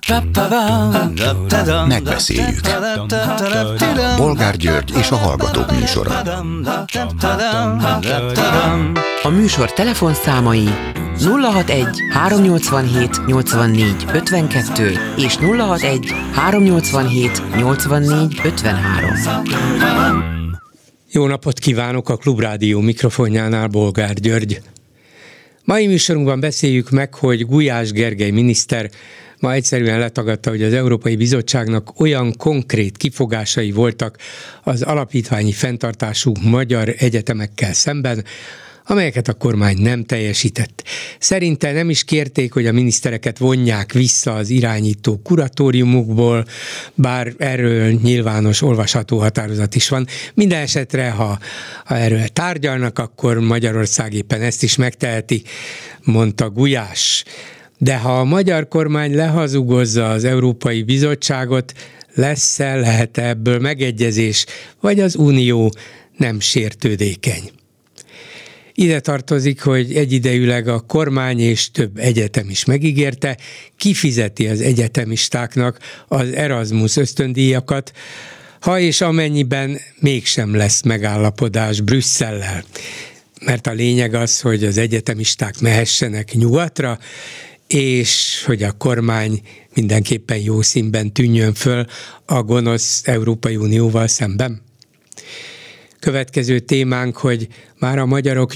Megbeszéljük. Bolgár György és a Hallgatók műsora. A műsor telefonszámai 061 387 84 52 és 061 387 84 53. Jó napot kívánok, a Klubrádió mikrofonjánál Bolgár György. Mai műsorunkban beszéljük meg, hogy Gulyás Gergely miniszter ma egyszerűen letagadta, hogy az Európai Bizottságnak olyan konkrét kifogásai voltak az alapítványi fenntartású magyar egyetemekkel szemben, amelyeket a kormány nem teljesített. Szerinte nem is kérték, hogy a minisztereket vonják vissza az irányító kuratóriumukból, bár erről nyilvános olvasható határozat is van. Minden esetre, ha erről tárgyalnak, akkor Magyarország éppen ezt is megteheti, mondta Gulyás. De ha a magyar kormány lehazugozza az Európai Bizottságot, lehet ebből megegyezés, vagy az Unió nem sértődékeny. Ide tartozik, hogy egyidejűleg a kormány és több egyetem is megígérte, kifizeti az egyetemistáknak az Erasmus ösztöndíjakat, ha és amennyiben mégsem lesz megállapodás Brüsszellel. Mert a lényeg az, hogy az egyetemisták mehessenek nyugatra, és hogy a kormány mindenképpen jó színben tűnjön föl a gonosz Európai Unióval szemben. Következő témánk, hogy már a magyarok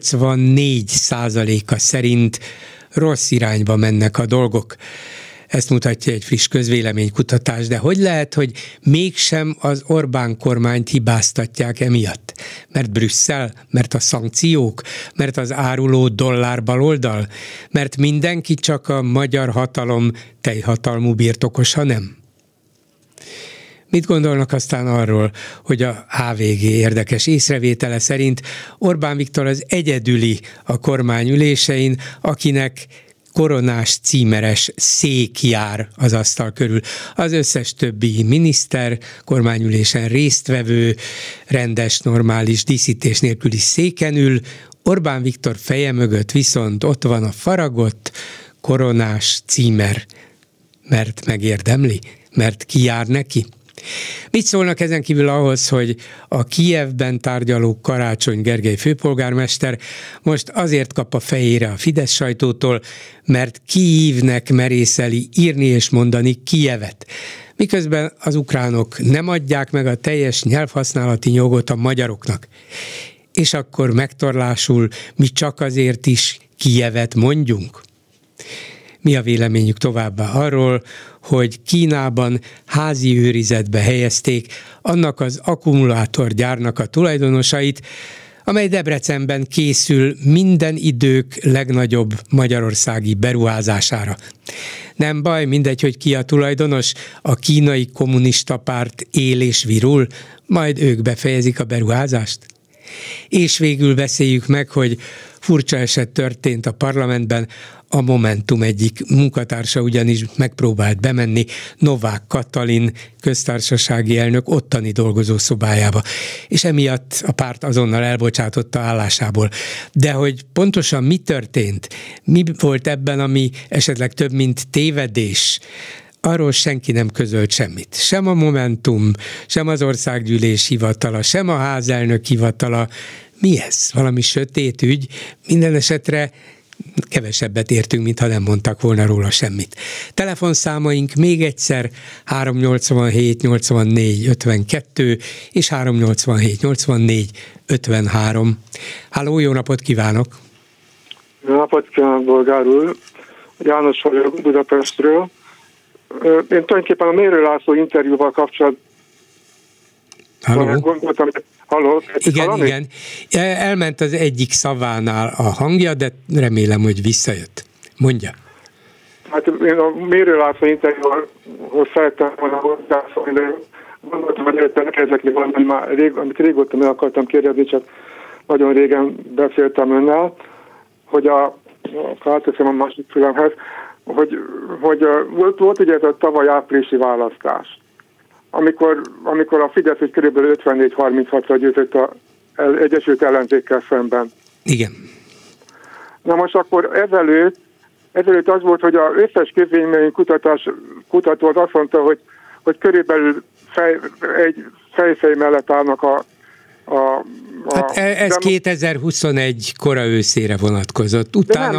84%-a szerint rossz irányba mennek a dolgok. Ezt mutatja egy friss közvéleménykutatás, de hogy lehet, hogy mégsem az Orbán kormányt hibáztatják emiatt? Mert Brüsszel? Mert a szankciók? Mert az áruló dollár baloldal? Mert mindenki csak a magyar hatalom teljhatalmú birtokosa, nem? Mit gondolnak aztán arról, hogy a HVG érdekes észrevétele szerint Orbán Viktor az egyedüli a kormány ülésein, akinek koronás címeres szék jár az asztal körül. Az összes többi miniszter, kormányülésen résztvevő, rendes, normális, díszítés nélküli széken ül, Orbán Viktor feje mögött viszont ott van a faragott koronás címer, mert megérdemli, mert ki jár neki. Mit szólnak ezen kívül ahhoz, hogy a Kijevben tárgyaló Karácsony Gergely főpolgármester most azért kap a fejére a Fidesz sajtótól, mert Kijivnek merészeli írni és mondani Kijevet, miközben az ukránok nem adják meg a teljes nyelvhasználati jogot a magyaroknak. És akkor megtorlásul mi csak azért is Kijevet mondjunk? Mi a véleményük továbbá arról, hogy Kínában házi őrizetbe helyezték annak az akkumulátorgyárnak a tulajdonosait, amely Debrecenben készül minden idők legnagyobb magyarországi beruházására. Nem baj, mindegy, hogy ki a tulajdonos, a kínai kommunista párt él és virul, majd ők befejezik a beruházást. És végül beszéljük meg, hogy furcsa eset történt a parlamentben, a Momentum egyik munkatársa ugyanis megpróbált bemenni Novák Katalin köztársasági elnök ottani dolgozószobájába, és emiatt a párt azonnal elbocsátotta állásából. De hogy pontosan mi történt, mi volt ebben, ami esetleg több, mint tévedés, arról senki nem közölt semmit. Sem a Momentum, sem az Országgyűlés hivatala, sem a Házelnök hivatala. Mi ez? Valami sötét ügy? Minden esetre kevesebbet értünk, mintha nem mondtak volna róla semmit. Telefonszámaink még egyszer 387 84 52 és 387 84 53. Halló, jó napot kívánok! Jó napot kívánok, Bolgár úr! János vagyok Budapestről. Én tulajdonképpen a Mérő László interjúval kapcsolatban gondoltam, halló? Igen. Elment az egyik szavánál a hangja, de remélem, hogy visszajött. Mondja. Hát én a Mérő László interjúval szerettem volna hozzászólni, de gondoltam, hogy előtte ne kezdek még valami, amit régóta meg akartam kérdezni, csak nagyon régen beszéltem önnel, hogy felteszem a másik fülemhez, hogy volt ugye ez a tavaly áprilisi választás, amikor a Fidesz egy kb. 54-36-ra győzött az Egyesült Ellenzékkel szemben. Igen. Na most akkor ezelőtt ezelőtt az volt, hogy az összes kutató az azt mondta, hogy körülbelül egy fejfej mellett állnak Hát ez 2021 kora őszére vonatkozott.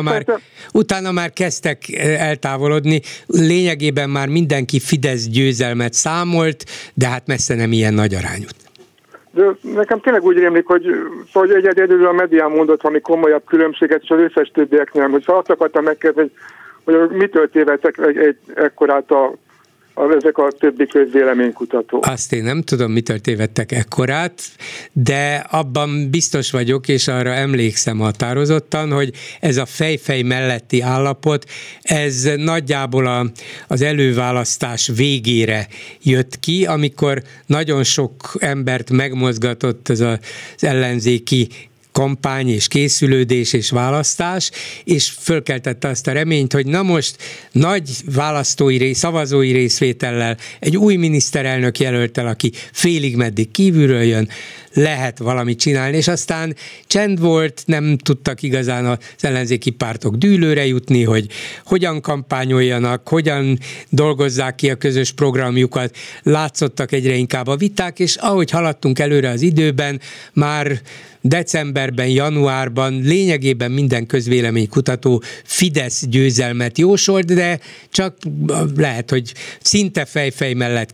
Utána már kezdtek eltávolodni. Lényegében már mindenki Fidesz győzelmet számolt, de hát messze nem ilyen nagy arányú. De nekem tényleg úgy rémlik, hogy egyedül a medián mondott valami komolyabb különbséget, és az összes többiek nem. Hogy azt akartam megkérdezni, hogy mitől tévedtek ekkorát ezek a többi közvéleménykutató. Azt én nem tudom, mitől tévedtek ekkorát, de abban biztos vagyok, és arra emlékszem határozottan, hogy ez a fejfej melletti állapot, ez nagyjából az előválasztás végére jött ki, amikor nagyon sok embert megmozgatott ez az ellenzéki kampány és készülődés és választás, és fölkeltette azt a reményt, hogy na most nagy szavazói részvétellel egy új miniszterelnök jelöltel, aki félig meddig kívülről jön, lehet valamit csinálni, és aztán csend volt, nem tudtak igazán az ellenzéki pártok dűlőre jutni, hogy hogyan kampányoljanak, hogyan dolgozzák ki a közös programjukat, látszottak egyre inkább a viták, és ahogy haladtunk előre az időben, már decemberben, januárban lényegében minden közvéleménykutató Fidesz győzelmet jósolt, de csak lehet, hogy szinte fejfej mellett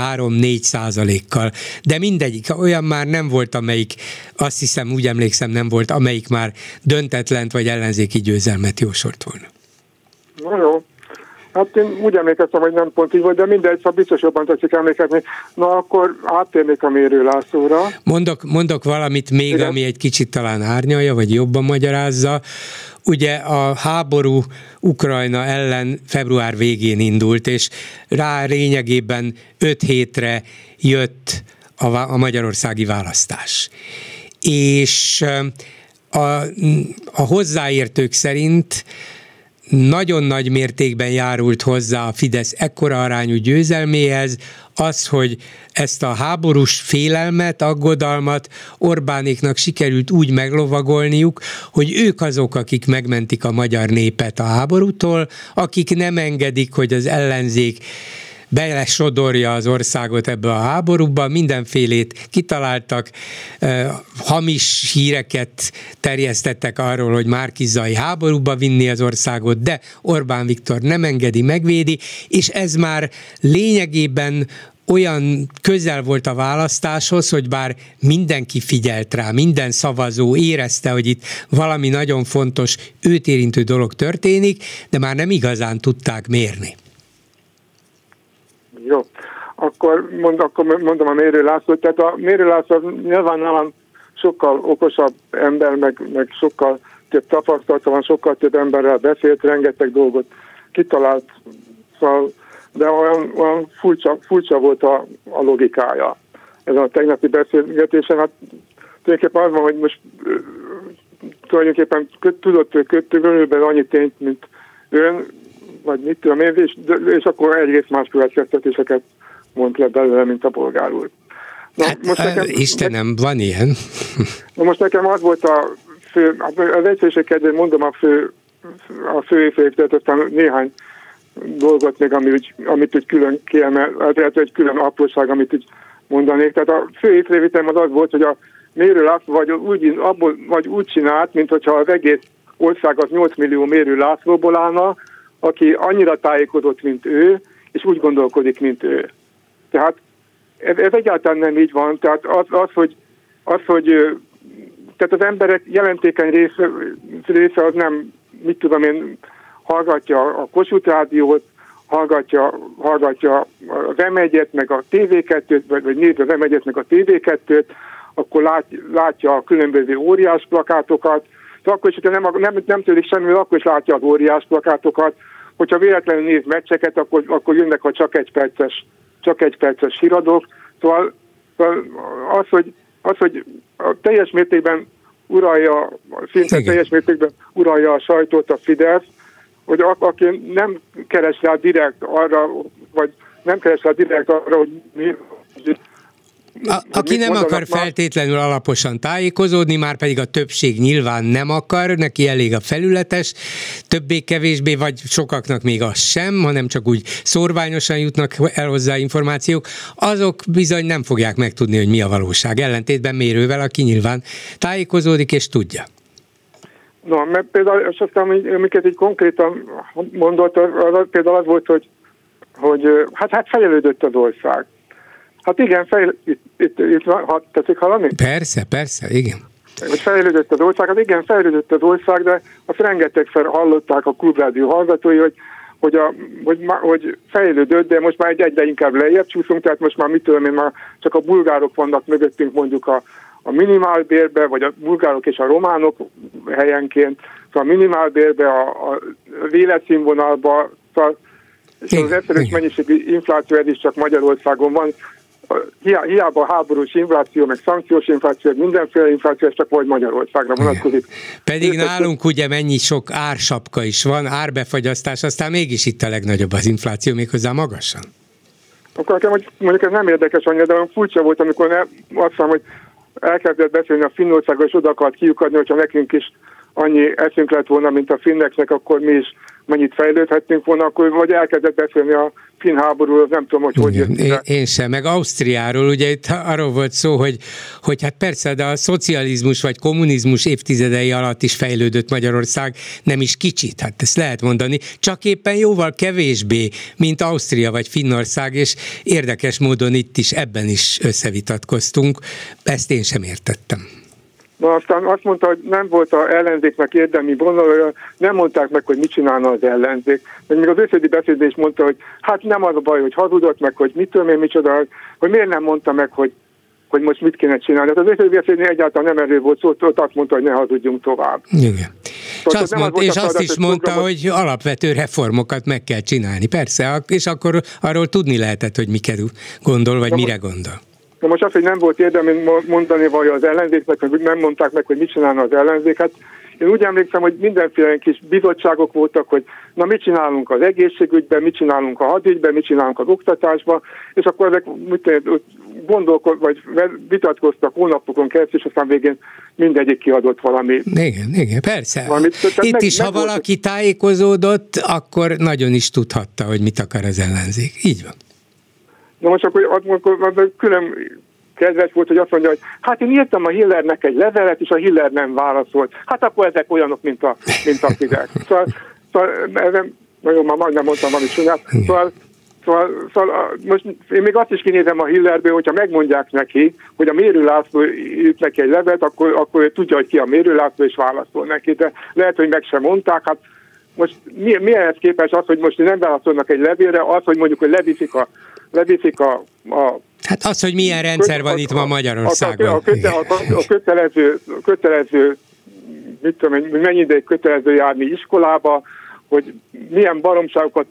2-3-4%-kal. De mindegyik olyan már nem volt, amelyik, azt hiszem, úgy emlékszem, nem volt, amelyik már döntetlent vagy ellenzéki győzelmet jósolt volna. Na jó. Hát én úgy emlékeztem, hogy nem pont így volt, de mindegy, szóval biztos jobban tetszik emlékezni. Na akkor áttérnék a Mérő Lászlóra. Mondok valamit még, igen, ami egy kicsit talán árnyalja, vagy jobban magyarázza. Ugye a háború Ukrajna ellen február végén indult, és rá lényegében 5 hétre jött a magyarországi választás. És a hozzáértők szerint nagyon nagy mértékben járult hozzá a Fidesz ekkora arányú győzelméhez az, hogy ezt a háborús félelmet, aggodalmat Orbánéknak sikerült úgy meglovagolniuk, hogy ők azok, akik megmentik a magyar népet a háborútól, akik nem engedik, hogy az ellenzék belesodorja az országot ebbe a háborúba, mindenfélét kitaláltak, hamis híreket terjesztettek arról, hogy Márki-Zay háborúba vinni az országot, de Orbán Viktor nem engedi, megvédi, és ez már lényegében olyan közel volt a választáshoz, hogy bár mindenki figyelt rá, minden szavazó érezte, hogy itt valami nagyon fontos, őt érintő dolog történik, de már nem igazán tudták mérni. Jó, akkor mondom a Mérő Lászlót. Tehát a Mérő László nyilván sokkal okosabb ember, meg sokkal több tapasztalata van, sokkal több emberrel beszélt, rengeteg dolgot kitalált, szóval, de olyan furcsa volt a logikája. Ez a tegnapi beszélgetésen, hát tulajdonképpen az van, hogy most tulajdonképpen tudott körülbelül annyi tényt, mint ön, vagy mit tudom én, és akkor egész más következtetéseket mond le belőle, mint a bolgár úr. Istenem, van ilyen. Na most nekem az volt a fő, az egyszerűség kedvéért mondom a fő észrevételt, aztán néhány dolgot még, amit úgy külön kiemel, tehát egy külön apróság, amit úgy mondanék. Tehát a fő észrevételem az volt, hogy a Mérő László vagy úgy csinált, mint hogyha az egész ország az 8 millió Mérő Lászlóból állna, aki annyira tájékozott, mint ő, és úgy gondolkodik, mint ő. Tehát ez egyáltalán nem így van. Tehát tehát az emberek jelentékeny része az nem, mit tudom én, hallgatja a Kossuth Rádiót, hallgatja az M1-et, meg a TV2-t, vagy nézi az M1-et, meg a TV2-t, akkor látja a különböző óriás plakátokat, de akkor is, hogyha nem tőlik semmi, akkor is látja az óriás plakátokat. Hogyha véletlenül néz meccseket, akkor jönnek a csak egy perces híradók. Szóval az, hogy a teljes mértékben teljes mértékben uralja a sajtót a Fidesz, hogy aki nem keres rá direkt arra, hogy Aki nem akar feltétlenül alaposan tájékozódni, már pedig a többség nyilván nem akar, neki elég a felületes, többé-kevésbé, vagy sokaknak még az sem, hanem csak úgy szórványosan jutnak el hozzá információk, azok bizony nem fogják megtudni, hogy mi a valóság. Ellentétben Mérővel, aki nyilván tájékozódik és tudja. No, mert például, és aztán, amiket így konkrétan mondott, az például az volt, hogy hát fejlődött az ország. Hát igen, itt tetszik hallani? Persze, igen. Hogy fejlődött az ország, hát igen, fejlődött az ország, de azt rengetegszer hallották a Klubrádió hallgatói, hogy fejlődött, de most már egyre inkább lejjebb csúszunk, tehát most már már csak a bulgárok vannak mögöttünk mondjuk a minimálbérbe, vagy a bulgárok és a románok helyenként, szóval a minimálbérbe, a életszínvonalba, szóval, és az egyszerűs mennyiségű infláció ez is csak Magyarországon van. Hiába háborús infláció, meg szankciós infláció, mindenféle infláció, ez csak vagy Magyarországra vonatkozik. Pedig nálunk ugye mennyi sok ársapka is van, árbefagyasztás, aztán mégis itt a legnagyobb az infláció, méghozzá magasan. Akkor mondjuk ez nem érdekes annyira, de olyan furcsa volt, amikor azt hiszem, hogy elkezdett beszélni a Finnországról, és oda akart kiukadni, hogyha nekünk is annyi eszünk lett volna, mint a finneknek, akkor mi is mennyit fejlődhettünk volna, akkor vagy elkezdett beszélni a finn háborúról, nem tudom, hogy jött. Én sem, meg Ausztriáról, ugye itt arról volt szó, hogy hát persze, de a szocializmus vagy kommunizmus évtizedei alatt is fejlődött Magyarország, nem is kicsit, hát ezt lehet mondani, csak éppen jóval kevésbé, mint Ausztria vagy Finnország, és érdekes módon itt is ebben is összevitatkoztunk, ezt én sem értettem. Na aztán azt mondta, hogy nem volt az ellenzéknek érdemi vonalja, nem mondták meg, hogy mit csinálna az ellenzék. Meg még az összedi beszédben is mondta, hogy hát nem az a baj, hogy hazudott meg, hogy mit tudom én, micsoda, hogy miért nem mondta meg, hogy most mit kéne csinálni. Hát az összedi beszédnél egyáltalán nem erről volt szó, ott azt mondta, hogy ne hazudjunk tovább. Igen. És azt is mondta, hogy alapvető reformokat meg kell csinálni. Persze, és akkor arról tudni lehetett, hogy miket gondol, vagy mire gondol. Na most az, hogy nem volt érdemi mondani vagy az ellenzéknek, hogy nem mondták meg, hogy mit csinálna az ellenzék. Hát én úgy emlékszem, hogy mindenféle kis bizottságok voltak, hogy na mit csinálunk az egészségügyben, mit csinálunk a hadügyben, mit csinálunk az oktatásban, és akkor ezek vagy vitatkoztak hónapokon keresztül, és aztán végén mindegyik kiadott valami. Igen, persze. Itt is, ha valaki tájékozódott, akkor nagyon is tudhatta, hogy mit akar az ellenzék. Így van. Na most akkor külön kedves volt, hogy azt mondja, hogy hát én írtam a Hillernek egy levelet, és a Hiller nem válaszolt. Hát akkor ezek olyanok, mint a Fidesz. Szóval nagyon már majdnem mondtam valami csúnyát. Szóval most én még azt is kinézem a Hillerből, hogyha megmondják neki, hogy a Mérő László írt neki egy levelet, akkor ő tudja, hogy ki a Mérő László, és válaszol neki. De lehet, hogy meg sem mondták. Hát most mi ehhez képest az, hogy most nem válaszolnak egy levélre, az, hogy mondjuk, hogy leviszik a hát az, hogy milyen rendszer van itt ma Magyarországon. A kötelező, mit tudom én, mennyi ideig kötelező járni iskolába, hogy milyen baromságokat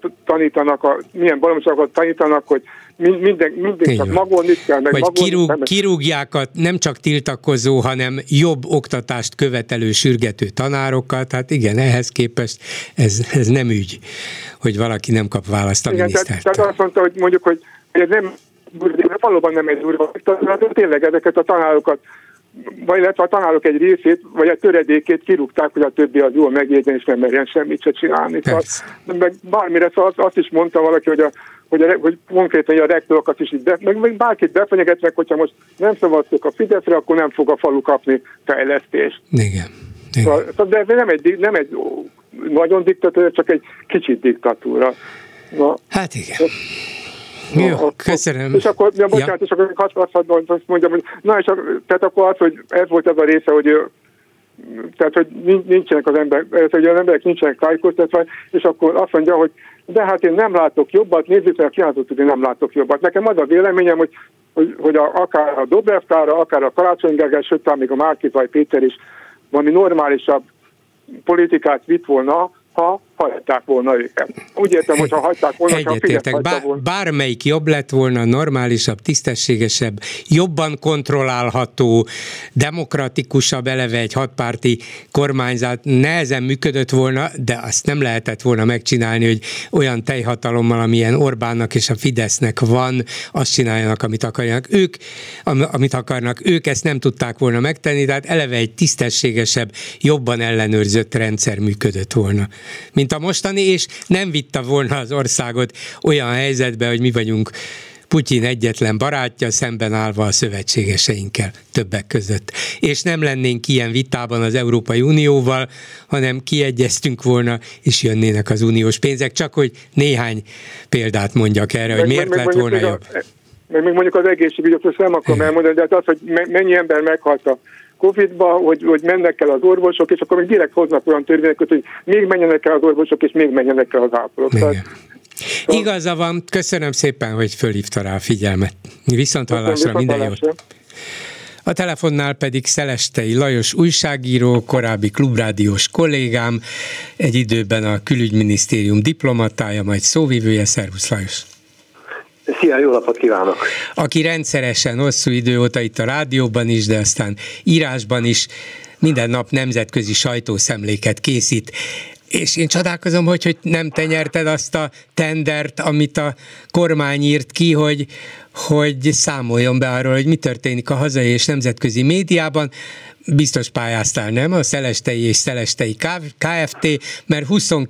tanítanak, hogy mindig csak magolni kell, meg magolni. Kirúgják nem csak tiltakozó, hanem jobb oktatást követelő, sürgető tanárokat. Hát igen, ehhez képest ez nem ügy, hogy valaki nem kap választ a minisztertől. Tehát azt mondta, hogy mondjuk, hogy ez nem, valóban nem egy durva, tényleg ezeket a tanárokat, vagy illetve a tanárok egy részét, vagy egy töredékét kirúgták, hogy a többi az jól megjegyen, és nem merjen semmit se csinálni. Meg bármire, azt is mondta valaki, hogy konkrétan a rektorokat is meg bárkit befenyegetnek, hogyha most nem szavaztok a Fideszre, akkor nem fog a falu kapni fejlesztést. Igen. De ez nem egy nagyon diktatúra, csak egy kicsit diktatúra. Hát igen. Jó, köszönöm. És akkor, bocsánat, és akkor azt mondjam, hogy tehát akkor az, hogy ez volt az a része, hogy nincsenek az emberek nincsenek tájékoztatva, és akkor azt mondja, hogy de hát én nem látok jobbat, nézzük meg a kiáltót, én nem látok jobbat. Nekem az a véleményem, hogy akár a Dobrevkára, akár a Karácsony Gergely, sőt, még a Márki-Zay Péter is valami normálisabb politikát vitt volna, ha hagyták volna őket. Úgy értem, hogyha hagyták volna, egyetértek, bármelyik jobb lett volna, normálisabb, tisztességesebb, jobban kontrollálható, demokratikusabb, eleve egy hatpárti kormányzat nehezen működött volna, de azt nem lehetett volna megcsinálni, hogy olyan teljhatalommal, amilyen Orbánnak és a Fidesznek van, azt csináljanak, amit akarjanak. Amit akarnak, ők ezt nem tudták volna megtenni, tehát eleve egy tisztességesebb, jobban ellenőrzött rendszer működött volna, mint a mostani, és nem vitte volna az országot olyan helyzetbe, hogy mi vagyunk Putyin egyetlen barátja, szemben állva a szövetségeseinkkel többek között. És nem lennénk ilyen vitában az Európai Unióval, hanem kiegyeztünk volna, és jönnének az uniós pénzek, csak hogy néhány példát mondjak erre, hogy miért lett volna jobb. Még mondjuk az egészségügyet, nem akarom elmondani, de hát az, hogy mennyi ember meghalt a Covid-ba, hogy mennek el az orvosok, és akkor még direkt hoznak olyan törvényeket, hogy még menjenek el az orvosok, és még menjenek el az ápolók. Igaza van, köszönöm szépen, hogy fölhívta rá a figyelmet. Viszonthallásra, minden jót. A telefonnál pedig Szelestei Lajos újságíró, korábbi klubrádiós kollégám, egy időben a Külügyminisztérium diplomatája, majd szóvivője. Szervusz, Lajos! Szia, jó napot kívánok! Aki rendszeresen, hosszú idő óta itt a rádióban is, de aztán írásban is minden nap nemzetközi sajtószemléket készít. És én csodálkozom, hogy nem te nyerted azt a tendert, amit a kormány írt ki, hogy számoljon be arról, hogy mi történik a hazai és nemzetközi médiában. Biztos pályáztál, nem? A Szelestei és Szelestei Kft., mert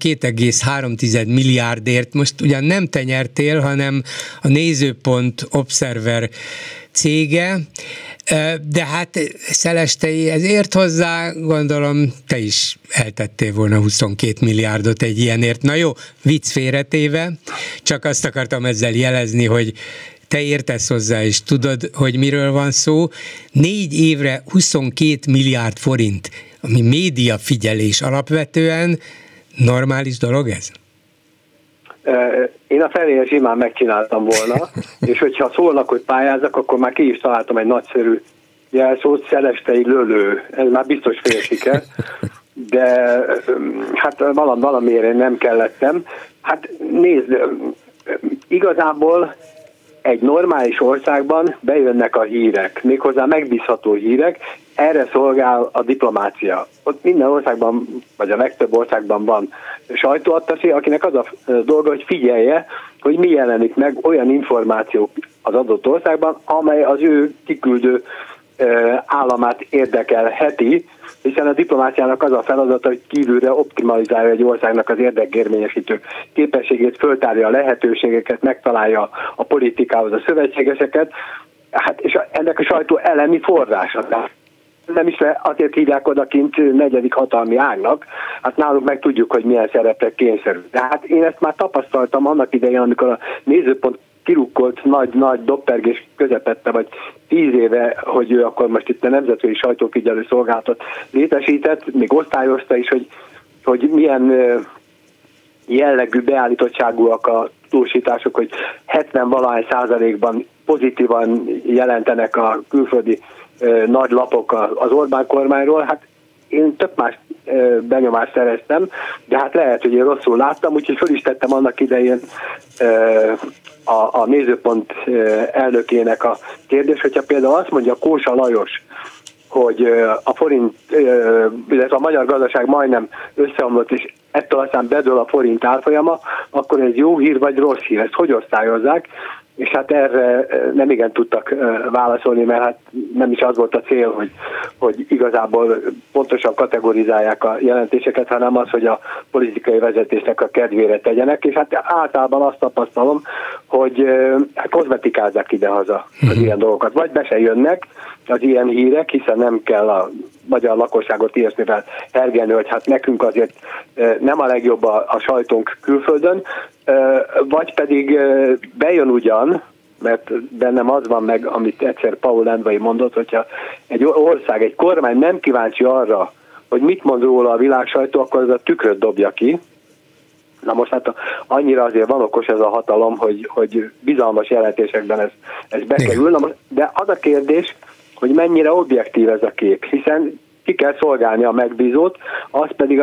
22,3 milliárdért most ugyan nem te nyertél, hanem a Nézőpont Observer cége, de hát Szelestei ezért hozzá, gondolom te is eltettél volna 22 milliárdot egy ilyenért. Na jó, vicc félretéve, csak azt akartam ezzel jelezni, hogy te értesz hozzá, és tudod, hogy miről van szó. 4 évre 22 milliárd forint, ami médiafigyelés alapvetően, normális dolog ez? Én a felére simán megcsináltam volna, és hogyha szólnak, hogy pályázak, akkor már ki is találtam egy nagyszerű jelszót, Szelestei lölő. Ez már biztos fél siker, de hát valamiért én nem kellettem. Hát nézd, igazából egy normális országban bejönnek a hírek, méghozzá megbízható hírek, erre szolgál a diplomácia. Ott minden országban, vagy a legtöbb országban van sajtóattaché, akinek az a dolga, hogy figyelje, hogy mi jelenik meg olyan információk az adott országban, amely az ő kiküldő államát érdekelheti, hiszen a diplomáciának az a feladata, hogy kívülre optimalizálja egy országnak az érdekérvényesítő képességét, föltárja a lehetőségeket, megtalálja a politikához a szövetségeseket, hát, és ennek a sajtó elemi forrása. Nem is azért hívják odakint negyedik hatalmi ágnak, hát náluk meg tudjuk, hogy milyen szerepre kényszerül. De hát én ezt már tapasztaltam annak idején, amikor a Nézőpont kirukkolt nagy doppergés közepette, vagy 10 éve, hogy ő akkor most itt a Nemzetközi Sajtófigyelő Szolgálatot létesített, még osztályozta is, hogy milyen jellegű beállítottságúak a tudósítások, hogy 70% pozitívan jelentenek a külföldi nagy lapok az Orbán kormányról. Hát én több más benyomást szereztem, de hát lehet, hogy én rosszul láttam, úgyhogy föl is tettem annak idején a Nézőpont elnökének a kérdés, hogyha például azt mondja Kósa Lajos, hogy a forint, illetve a magyar gazdaság majdnem összeomlott, és ettől aztán bedől a forint árfolyama, akkor ez jó hír vagy rossz hír, ezt hogy osztályozzák? És hát erre nem igen tudtak válaszolni, mert hát nem is az volt a cél, hogy igazából pontosan kategorizálják a jelentéseket, hanem az, hogy a politikai vezetésnek a kedvére tegyenek, és hát általában azt tapasztalom, hogy kozmetikázzák idehaza az ilyen dolgokat. Vagy be se jönnek az ilyen hírek, hiszen nem kell a magyar lakosságot ilyesmivel hergelni, hogy hát nekünk azért nem a legjobb a sajtónk külföldön, vagy pedig bejön ugyan, mert bennem az van meg, amit egyszer Paul Lendvai mondott, hogyha egy ország, egy kormány nem kíváncsi arra, hogy mit mond róla a világsajtó, akkor ez a tükröt dobja ki. Na most hát annyira azért van okos ez a hatalom, hogy bizalmas jelentésekben ez bekerül. Na most, de az a kérdés, hogy mennyire objektív ez a kép, hiszen ki kell szolgálni a megbízót, az pedig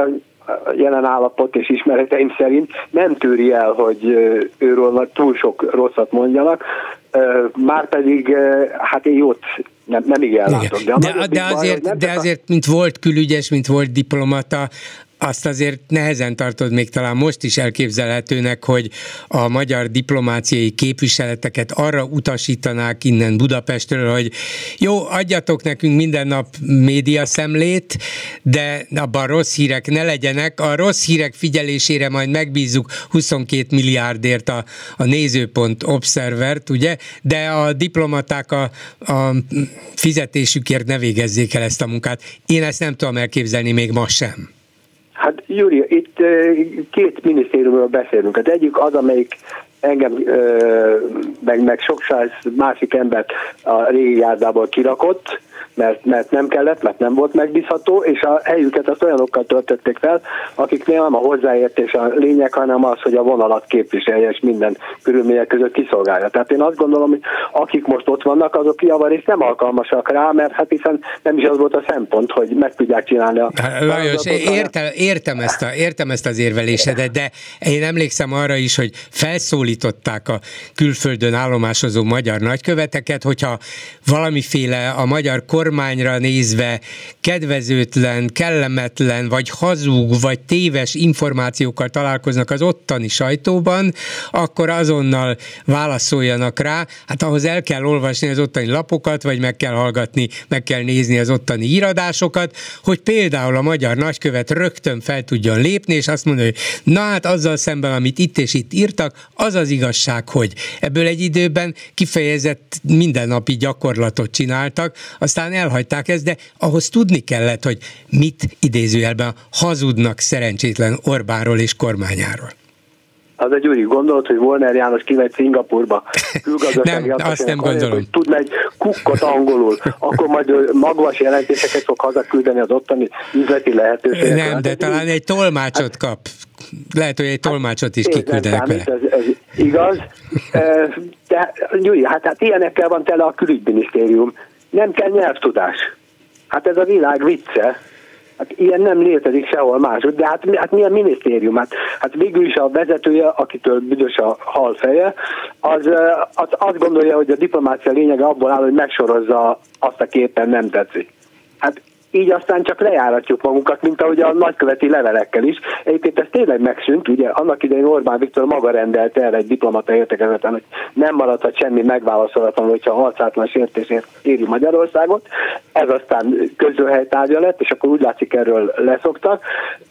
jelen állapot és ismereteim szerint nem tűri el, hogy őről túl sok rosszat mondjanak, márpedig hát én jót nem igen látok. De azért, mint volt külügyes, mint volt diplomata, azt azért nehezen tartod még talán most is elképzelhetőnek, hogy a magyar diplomáciai képviseleteket arra utasítanák innen Budapestről, hogy jó, adjatok nekünk minden nap médiaszemlét, de abban rossz hírek ne legyenek. A rossz hírek figyelésére majd megbízzuk 22 milliárdért a Nézőpont Observert, ugye, de a diplomaták a fizetésükért ne végezzék el ezt a munkát. Én ezt nem tudom elképzelni még ma sem. Hát Júlia, itt két minisztériumról beszélünk. Az egyik az, amelyik engem, meg sok száz másik embert a régi járdából kirakott, mert nem kellett, mert nem volt megbízható, és a helyüket azt olyanokkal töltötték fel, akiknél nem a hozzáértés a lényeg, hanem az, hogy a vonalat képviselje, és minden körülmények között kiszolgálja. Tehát én azt gondolom, hogy akik most ott vannak, azok javarészt nem alkalmasak rá, mert hát hiszen nem is az volt a szempont, hogy meg tudják csinálni a... Lajos, értem ezt az érvelésedet, de én emlékszem arra is, hogy felszólították a külföldön állomásozó magyar nagyköveteket, hogyha valamiféle a magyar kormányra nézve kedvezőtlen, kellemetlen, vagy hazug, vagy téves információkkal találkoznak az ottani sajtóban, akkor azonnal válaszoljanak rá. Hát ahhoz el kell olvasni az ottani lapokat, vagy meg kell hallgatni, meg kell nézni az ottani íradásokat, hogy például a magyar nagykövet rögtön fel tudjon lépni, és azt mondja, hogy na hát azzal szemben, amit itt és itt írtak, az az igazság, hogy ebből egy időben kifejezett mindennapi gyakorlatot csináltak, aztán elhagyták ezt, de ahhoz tudni kellett, hogy mit idézőjelben hazudnak szerencsétlen Orbánról és kormányáról. Az egy Gyuri, gondolod, hogy Volner János kimegy Szingapurba, nem, azt nem gondolom. Hogy tudna egy kukkot angolul, akkor majd magvas jelentéseket fog hazaküldeni az ottani üzleti lehetőségek. Nem, de talán egy tolmácsot kap. Lehet, hogy egy tolmácsot is kiküldenek vele. Ez igaz. De Gyuri, hát ilyenekkel van tele a külügyminisztérium. Nem kell nyelvtudás. Hát ez a világ vicce. Hát ilyen nem létezik sehol máshogy, de hát milyen minisztérium? Hát végül is a vezetője, akitől büdös a hal feje, az azt gondolja, hogy a diplomácia lényege abból áll, hogy megsorozza azt, aki éppen nem tetszik. Hát így aztán csak lejáratjuk magunkat, mint ahogy a nagyköveti levelekkel is. Egyébként ez tényleg megszűnt, ugye annak idején Orbán Viktor maga rendelte el egy diplomata értekezleten, hogy nem maradhat semmi megválaszolatlanul, hogyha a harcátlan sértésért éri Magyarországot. Ez aztán közölhelytárgya lett, és akkor úgy látszik, erről leszoktak.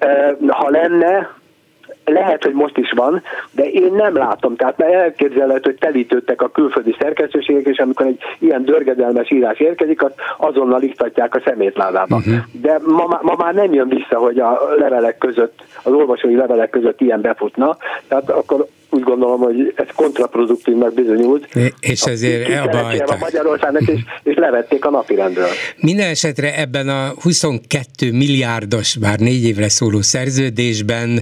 Ha lenne, lehet, hogy most is van, de én nem látom. Tehát elképzelhető, hogy telítődtek a külföldi szerkesztőségek, és amikor egy ilyen dörgedelmes írás érkezik, azt azonnal iktatják a szemétládába. Uh-huh. De ma már nem jön vissza, hogy a levelek között, az olvasói levelek között ilyen befutna. Tehát akkor úgy gondolom, hogy ez kontraproduktívnak bizonyult. És ezért abba hagyták. Magyarországnak, és levették a napirendről. Minden esetre ebben a 22 milliárdos, bár 4 évre szóló szerződésben,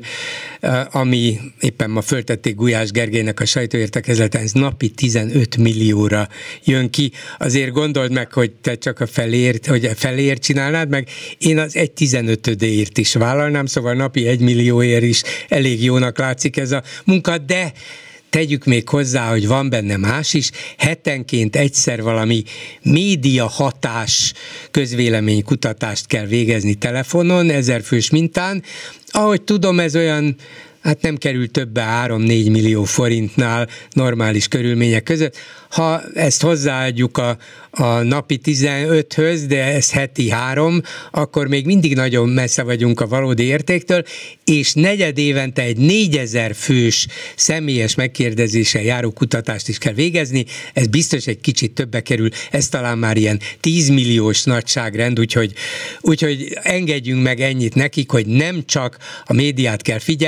ami éppen ma föltették Gulyás Gergelynek a sajtóértekezleten, ez napi 15 millióra jön ki. Azért gondold meg, hogy te csak a feléért csinálnád meg, én az 1/15-ért is vállalnám, szóval napi 1 millióért is elég jónak látszik ez a munka, de tegyük még hozzá, hogy van benne más is, hetenként egyszer valami média hatás közvéleménykutatást kell végezni telefonon, 1000 fős mintán. Ahogy tudom, ez olyan, hát nem kerül többe 3-4 millió forintnál normális körülmények között. Ha ezt hozzáadjuk a napi 15-höz, de ez heti 3, akkor még mindig nagyon messze vagyunk a valódi értéktől, és negyed évente egy 4000 fős személyes megkérdezéssel járó kutatást is kell végezni, ez biztos egy kicsit többe kerül, ez talán már ilyen 10 milliós nagyságrend, úgyhogy engedjünk meg ennyit nekik, hogy nem csak a médiát kell figyelni, amit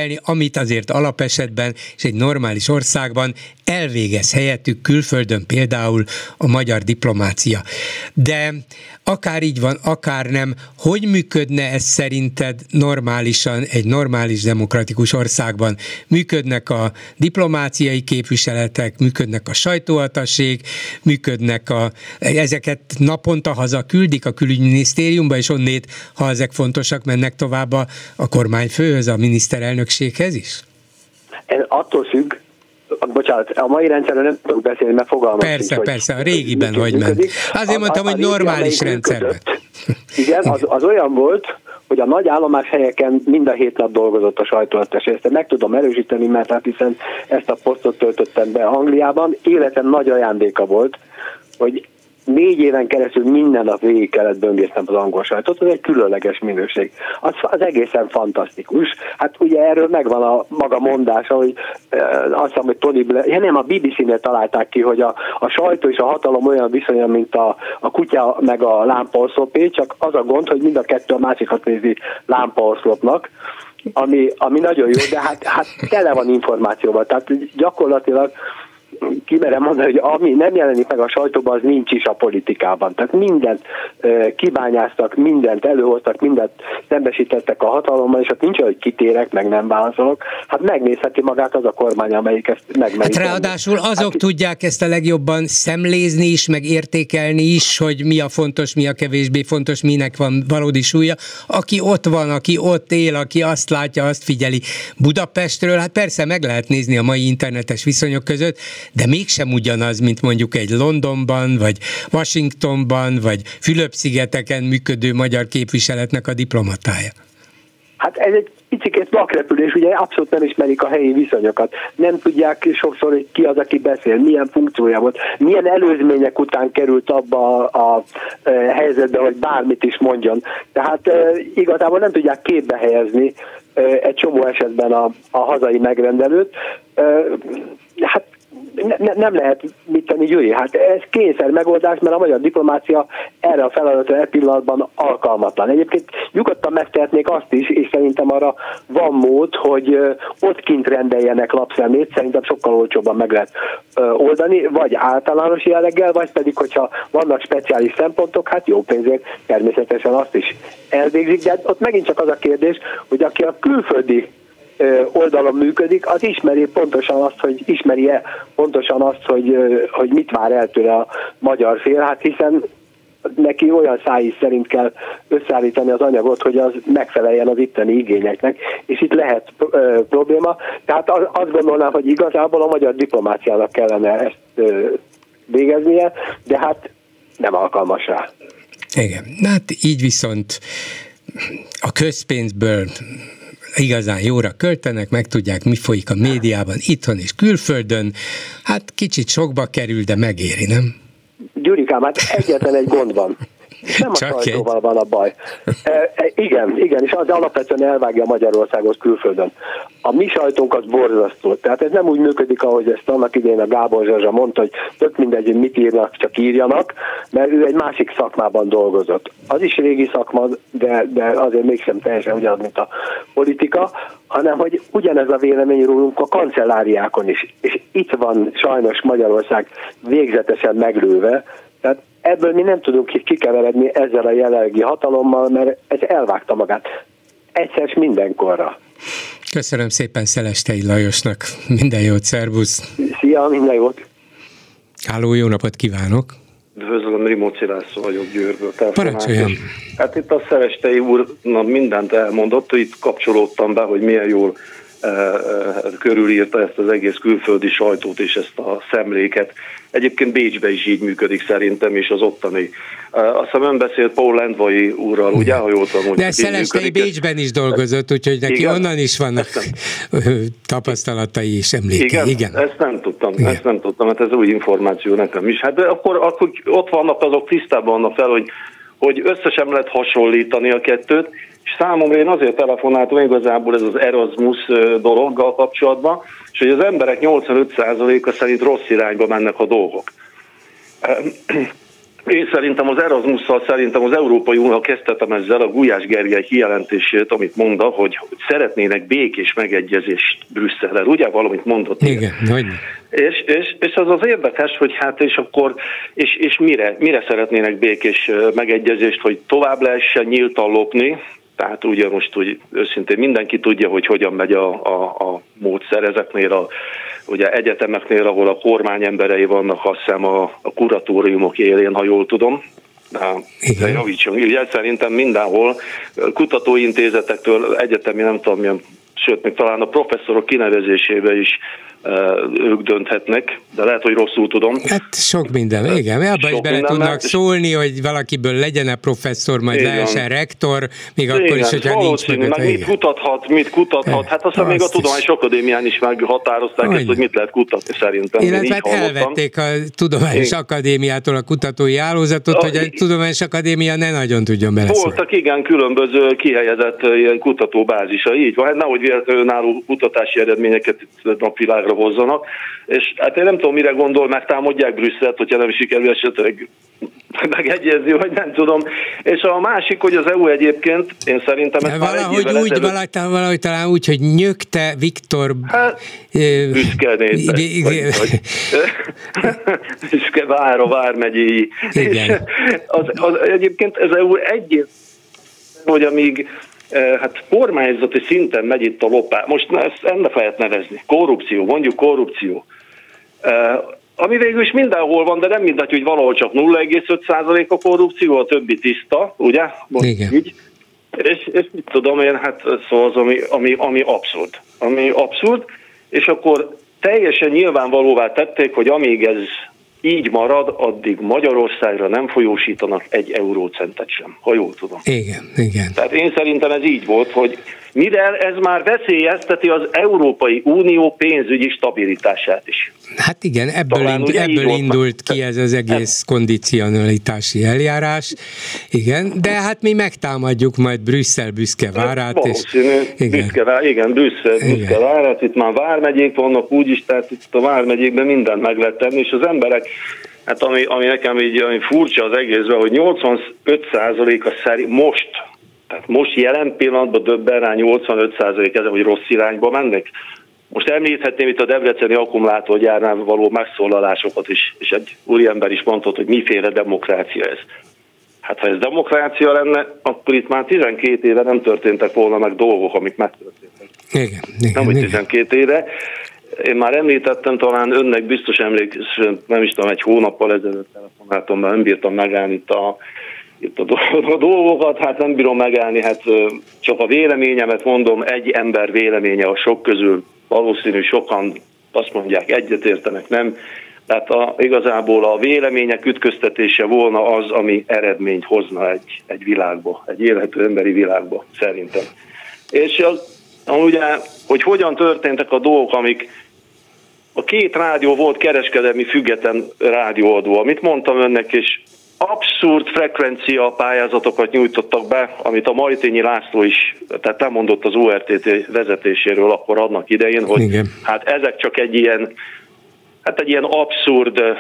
amit azért alapesetben és egy normális országban elvégez helyettük külföldön például a magyar diplomácia. De akár így van, akár nem, hogy működne ez szerinted normálisan egy normális demokratikus országban? Működnek a diplomáciai képviseletek, működnek a sajtóatasség, működnek ezeket naponta haza küldik a külügyminisztériumba, és onnét, ha ezek fontosak, mennek tovább a kormányfőhöz, a miniszterelnökséghez is? Ez attól függ, bocsánat, a mai rendszerről nem tudok beszélni, mert fogalmazunk. Persze, a régiben hogy ment. Azért mondtam, hogy normális rendszerben. Igen, az olyan volt, hogy a nagy állomáshelyeken mind a 7 nap dolgozott a sajtóattaché. Ezt meg tudom erősíteni, mert hát hiszen ezt a posztot töltöttem be Angliában. Életem nagy ajándéka volt, hogy 4 éven keresztül minden nap végig kellett böngésznem az angol sajtót, ez egy különleges minőség. Az egészen fantasztikus. Hát ugye erről megvan a maga mondása, hogy azt hiszem, hogy Tony Blair, nem, a BBC-nél találták ki, hogy a sajtó és a hatalom olyan viszonya, mint a kutya meg a lámpaoszlopé, csak az a gond, hogy mind a kettő a másikat nézi lámpaoszlopnak, ami nagyon jó, de hát tele van információval. Tehát gyakorlatilag kimerem mondani, hogy ami nem jelenik meg a sajtóban, az nincs is a politikában. Tehát mindent kibányáztak, mindent előhoztak, mindent szembesítettek a hatalommal, és hát nincs, hogy kitérek, meg nem válaszolok. Hát megnézheti magát az a kormány, amelyik ezt megmerít. Hát ráadásul azok tudják ezt a legjobban szemlézni is, meg értékelni is, hogy mi a fontos, mi a kevésbé fontos, minek van valódi súlya. Aki ott van, aki ott él, aki azt látja, azt figyeli. Budapestről, hát persze meg lehet nézni a mai internetes viszonyok között, de mégsem ugyanaz, mint mondjuk egy Londonban, vagy Washingtonban, vagy Fülöp-szigeteken működő magyar képviseletnek a diplomatája. Hát ez egy picikét vakrepülés, ugye abszolút nem ismerik a helyi viszonyokat. Nem tudják sokszor, hogy ki az, aki beszél, milyen funkciója volt, milyen előzmények után került abba a helyzetbe, hogy bármit is mondjon. Tehát igazából nem tudják képbe helyezni egy csomó esetben a hazai megrendelőt. Hát nem lehet mit tenni, Gyuri. Hát ez kényszer megoldás, mert a magyar diplomácia erre a feladatra pillanatban alkalmatlan. Egyébként nyugodtan megtehetnék azt is, és szerintem arra van mód, hogy ott kint rendeljenek lapszemlét, szerintem sokkal olcsóbban meg lehet oldani, vagy általános jelleggel, vagy pedig, hogyha vannak speciális szempontok, hát jó pénzért természetesen azt is elvégzik, de ott megint csak az a kérdés, hogy aki a külföldi oldalon működik, az ismeri-e pontosan azt, hogy mit vár el tőle a magyar fél, hát hiszen neki olyan szájíz szerint kell összeállítani az anyagot, hogy az megfeleljen az itteni igényeknek, és itt lehet probléma. Tehát azt gondolnám, hogy igazából a magyar diplomáciának kellene ezt végeznie, de hát nem alkalmas rá. Igen, hát így viszont a közpénzből igazán jóra költenek, megtudják, mi folyik a médiában, itthon és külföldön. Hát kicsit sokba kerül, de megéri, nem? Gyurikám, hát egyetlen egy gond van. Nem a sajtóval van a baj. Igen, és az alapvetően elvágja Magyarországot külföldön. A mi sajtónk az borzasztó. Tehát ez nem úgy működik, ahogy ezt annak idején a Gábor Zsazsa mondta, hogy tök mindegy, hogy mit írnak, csak írjanak, mert ő egy másik szakmában dolgozott. Az is régi szakma, de azért mégsem teljesen ugyanaz, mint a politika, hanem hogy ugyanez a vélemény rólunk a kancelláriákon is. És itt van sajnos Magyarország végzetesen meglőve, tehát ebből mi nem tudunk kikeveredni ezzel a jelenlegi hatalommal, mert ez elvágta magát. Egyszer mindenkorra. Köszönöm szépen Szelestei Lajosnak. Minden jót, szervusz! Szia, minden jót! Háló, jó napot kívánok! Üdvözlöm, Rimóci László vagyok Győrből. Parancsoljon! Hát itt a Szelestei úr mindent elmondott, hogy itt kapcsolódtam be, hogy milyen jól körülírta ezt az egész külföldi sajtót és ezt a szemléket. Egyébként Bécsben is így működik szerintem, és az ottani. Azt hiszem ön beszélt Paul Lendvai úrral, ugye, ha jól tudom, hogy de Szelestei Bécsben is dolgozott, úgyhogy neki igen, onnan is vannak tapasztalatai és emlékei. Igen. Ezt nem tudtam, hát ez új információ nekem is. Hát de akkor ott vannak azok, tisztában vannak fel, hogy össze sem lehet hasonlítani a kettőt, és számomra én azért telefonáltam igazából ez az Erasmus dologgal kapcsolatban, és hogy az emberek 85%-a szerint rossz irányba mennek a dolgok. Én szerintem az Erasmusszal, szerintem az Európai Unió, kezdtem ezzel a Gulyás Gergely kijelentését, amit mondta, hogy szeretnének békés megegyezést Brüsszellel. Ugye valamit mondott? Igen, hogyne. És az érdekes, hogy hát és akkor, és mire szeretnének békés megegyezést, hogy tovább lehessen nyíltan lopni. Tehát ugye most úgy őszintén mindenki tudja, hogy hogyan megy a módszer ezeknél ugye egyetemeknél, ahol a kormány emberei vannak, azt hiszem a kuratóriumok élén, ha jól tudom. De javítson, ugye szerintem mindenhol kutatóintézetektől, egyetemi, nem tudom milyen, sőt, még talán a professzorok kinevezésébe is ők dönthetnek, de lehet, hogy rosszul tudom. Hát sok minden, igen. Abban is bele tudnak szólni, hogy valakiből legyen-e professzor, majd lehessen rektor, még akkor is, hogyha nincs mögött. Mit kutathat, hát aztán még a Tudományos Akadémián is meghatározták ezt, hogy mit lehet kutatni szerintem. Illetve hát elvették a Tudományos Akadémiától a kutatói hálózatot, hogy a Tudományos Akadémia ne nagyon tudjon beleszólni. Voltak igen különböző kihelyezett ilyen kutatóbázisa, így van, hát nehogy véletlenül náluk kutatási eredményeket napvilágra hozzanak, és hát én nem tudom, mire gondol, megtámadják Brüsszelt, hogyha nem sikerül esetleg megegyezni, vagy nem tudom. És a másik, hogy az EU egyébként, én szerintem ezt már egy évvel ezelőtt... Valahogy talán úgy, hogy nyögte Viktor... Hát, büszke vármegyéi. Egyébként az EU hogy amíg hát kormányzati szinten megy itt a lopás. Most ezt ennek lehet nevezni. Korrupció, mondjuk korrupció. Ami végül is mindenhol van, de nem mindegy, hogy valahol csak 0,5% a korrupció, a többi tiszta, ugye? Igen. Így. És mit tudom én, hát szóval az, ami abszurd. Ami abszurd, és akkor teljesen nyilvánvalóvá tették, hogy amíg ez így marad, addig Magyarországra nem folyósítanak 1 eurócentet sem, ha jól tudom. Igen. Tehát én szerintem ez így volt, hogy mivel ez már veszélyezteti az Európai Unió pénzügyi stabilitását is. Hát igen, ebből indult ki ez az egész kondicionalitási eljárás. Igen, de hát mi megtámadjuk majd Brüsszel büszke várát. Brüsszel várát, itt már vármegyék vannak úgyis, tehát itt a vármegyékben mindent meg lehet tenni, és az emberek, hát ami nekem így ami furcsa az egészben, hogy 85%-a szerint most jelen pillanatban döbben rá 85% ezen, hogy rossz irányba mennek. Most említhetném itt a debreceni akkumulátorgyárnál való megszólalásokat is, és egy úriember is mondott, hogy miféle demokrácia ez. Hát ha ez demokrácia lenne, akkor itt már 12 éve nem történtek volna meg dolgok, amik megtörténtek. Igen. Nem, hogy 12 éve. Én már említettem, talán önnek biztos nem is tudom, egy hónappal ezelőtt telefonáltam, mert nem bírtam megállni itt a dolgokat, hát nem bírom megállni, hát csak a véleményemet mondom, egy ember véleménye a sok közül, valószínű sokan azt mondják, egyetértenek, nem. Tehát igazából a vélemények ütköztetése volna az, ami eredményt hozna egy világba, egy élhető emberi világba, szerintem. És ugye, hogy hogyan történtek a dolgok, amik a 2 rádió volt kereskedelmi független rádióadó, amit mondtam önnek, és abszurd frekvencia pályázatokat nyújtottak be, amit a Martényi László is, tehát elmondott az ORTT vezetéséről akkor annak idején, hogy igen. Hát ezek csak egy ilyen abszurd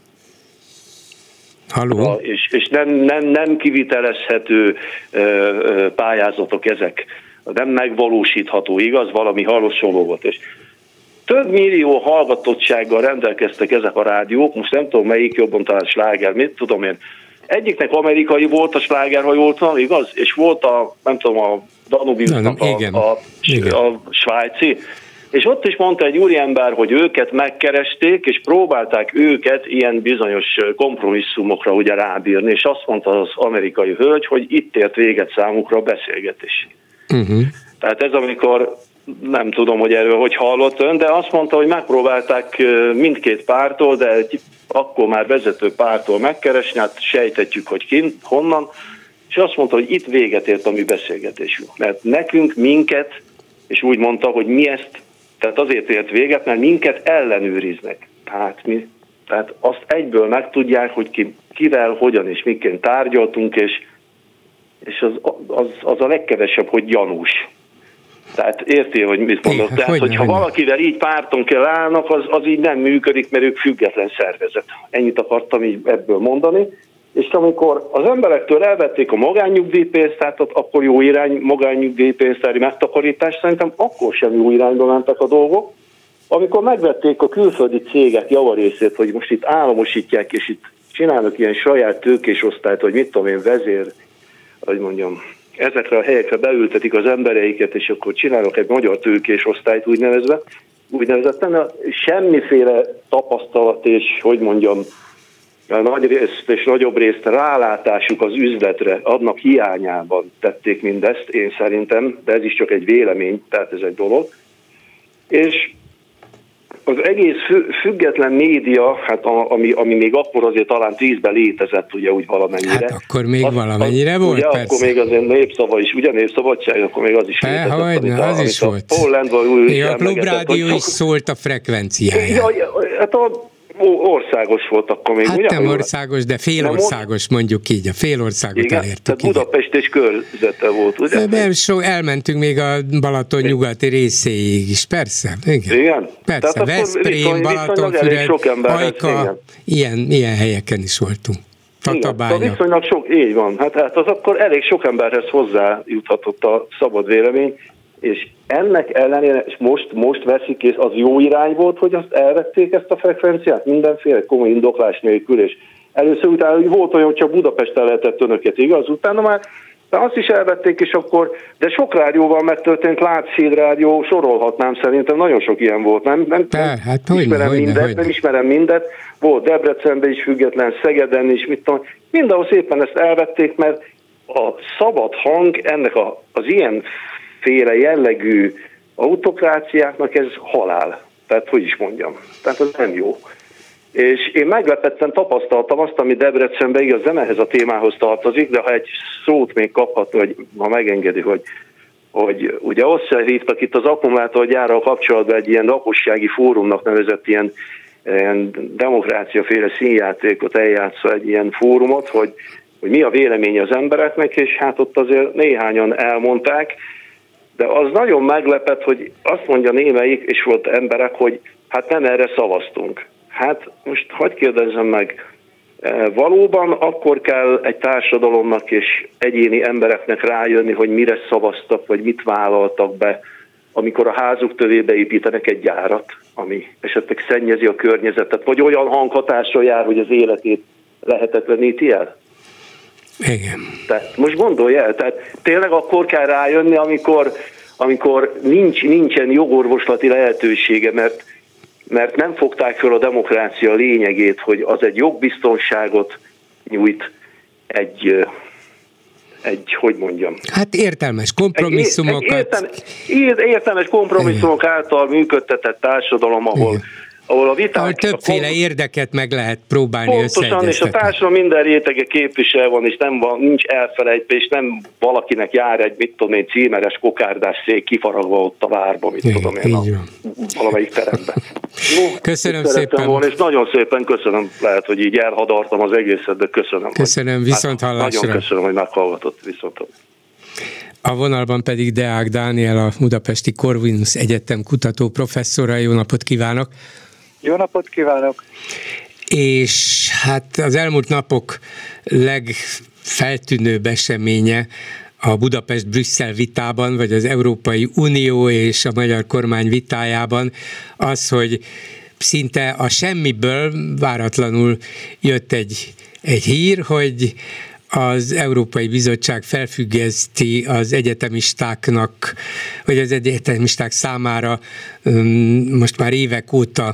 és nem kivitelezhető pályázatok ezek, nem megvalósítható, igaz, valami hasonló volt. És több millió hallgatottsággal rendelkeztek ezek a rádiók, most nem tudom melyik jobban, talán sláger, mit tudom én. Egyiknek amerikai volt a sláger, ha jól tudom, igaz? És volt a Danubiusnak a svájci. És ott is mondta egy úriember, hogy őket megkeresték, és próbálták őket ilyen bizonyos kompromisszumokra ugye rábírni, és azt mondta az amerikai hölgy, hogy itt ért véget számukra a beszélgetés. Uh-huh. Tehát ez amikor, nem tudom, hogy erről hogy hallott ön, de azt mondta, hogy megpróbálták mindkét pártól, de akkor már vezető pártól megkeresni, hát sejtetjük, hogy honnan, és azt mondta, hogy itt véget ért a mi beszélgetésünk. Mert nekünk, minket, és úgy mondta, hogy mi ezt, tehát azért ért véget, mert minket ellenőriznek. Tehát azt egyből megtudják, hogy kivel, hogyan és miként tárgyaltunk, és az a legkevesebb, hogy gyanús. Tehát érti, hogy mit mondott? Tehát, hogyha valakivel így párton kell állnak, az így nem működik, mert ők független szervezet. Ennyit akartam így ebből mondani. és amikor az emberektől elvették a magánnyugdíjpénztárat, akkor jó irány magánnyugdíjpénztári megtakarítás, szerintem akkor sem jó irányba mentek a dolgok. Amikor megvették a külföldi cégek javarészét, hogy most itt államosítják, és itt csinálnak ilyen saját tőkésosztályt, hogy mit tudom én, vezér, hogy mondjam, ezekre a helyekre beültetik az embereiket, és akkor csinálnak egy magyar tőkésosztályt úgynevezetten, semmiféle tapasztalat és, hogy mondjam, nagy részt és nagyobb részt rálátásuk az üzletre, adnak hiányában tették mindezt, én szerintem, de ez is csak egy vélemény, tehát ez egy dolog. És az egész független média, hát ami még akkor azért talán 10-ben létezett, ugye úgy valamennyire. Hát akkor még valamennyire volt, ugye, persze. akkor még azért népszava is, ugye népszabadság, akkor még az is létezett. Hogyne, az is volt. Még a Klubrádió is szólt a frekvenciáján. Hát országos volt akkor még. Hát ugye? nem országos, de félországos, mondjuk így, a félországot elértük. Tehát Budapest és körzete volt, ugye? Nem, elmentünk még a Balaton nyugati részéig is, persze. Igen. Persze, Veszprém, Balatonfüred, Ajka, ilyen helyeken is voltunk. Tatabánya. Viszonylag sok, így van. Hát az akkor elég sok emberhez hozzájuthatott a szabad vélemény, és ennek ellenére, és most veszik, és az jó irány volt, hogy azt elvették ezt a frekvenciát, mindenféle komoly indoklás nélkül, és először utána volt olyan, hogy csak Budapesten lehetett önöket, igaz? Utána már de azt is elvették, és akkor, de sok rádióval megtörtént, Látszíd rádió, sorolhatnám szerintem, nagyon sok ilyen volt, nem ismerem mindet, volt Debrecenben is független, Szegeden is, mit tudom, mindenhol szépen ezt elvették, mert a szabad hang ennek az ilyen féle jellegű autokráciáknak ez halál. Tehát, hogy is mondjam. Tehát ez nem jó. És én meglepetten tapasztaltam azt, ami Debrecenben igaz nem ehhez a témához tartozik, de ha egy szót még kaphatna, hogy ha megengedi, hogy ugye összehívtak itt az akkumulátorgyárral kapcsolatban egy ilyen lakossági fórumnak nevezett ilyen demokráciaféle színjátékot eljátszva egy ilyen fórumot, hogy mi a vélemény az embereknek, és hát ott azért néhányan elmondták, de az nagyon meglepett, hogy azt mondja némelyik, és volt emberek, hogy hát nem erre szavaztunk. Hát most hadd kérdezzem meg, valóban akkor kell egy társadalomnak és egyéni embereknek rájönni, hogy mire szavaztak, vagy mit vállaltak be, amikor a házuk tövébe építenek egy gyárat, ami esetleg szennyezi a környezetet, vagy olyan hanghatással jár, hogy az életét lehetetleníti el? Igen. Tehát most gondolj el, tehát tényleg akkor kell rájönni, amikor nincsen jogorvoslati lehetősége, mert nem fogták fel a demokrácia lényegét, hogy az egy jogbiztonságot nyújt egy hogy mondjam. Hát értelmes kompromisszumokat. Értelmes kompromisszumok által működtetett társadalom, ahol a viták... Ahol többféle érdeket meg lehet próbálni összeegyeztetni. Pontosan, és a társadalom minden rétege képvisel van, és nincs elfelejtve, és nem valakinek jár egy, mit tudom én, címeres kokárdás szék kifaragva ott a várba, mit tudom én, valamelyik teremben. Köszönöm szépen. Volna, és nagyon szépen köszönöm, lehet, hogy így elhadartam az egészet, de köszönöm. Köszönöm, viszont hallásra. Nagyon köszönöm, hogy meghallgatott, viszont. A vonalban pedig Deák Dániel, a Budapesti Corvinus Egyetem kutató professzora. Jó napot kívánok! Jó napot kívánok! És hát az elmúlt napok legfeltűnőbb eseménye a Budapest-Brüsszel vitában, vagy az Európai Unió és a magyar kormány vitájában az, hogy szinte a semmiből váratlanul jött egy hír, hogy az Európai Bizottság felfüggeszti az egyetemistáknak, vagy az egyetemisták számára most már évek óta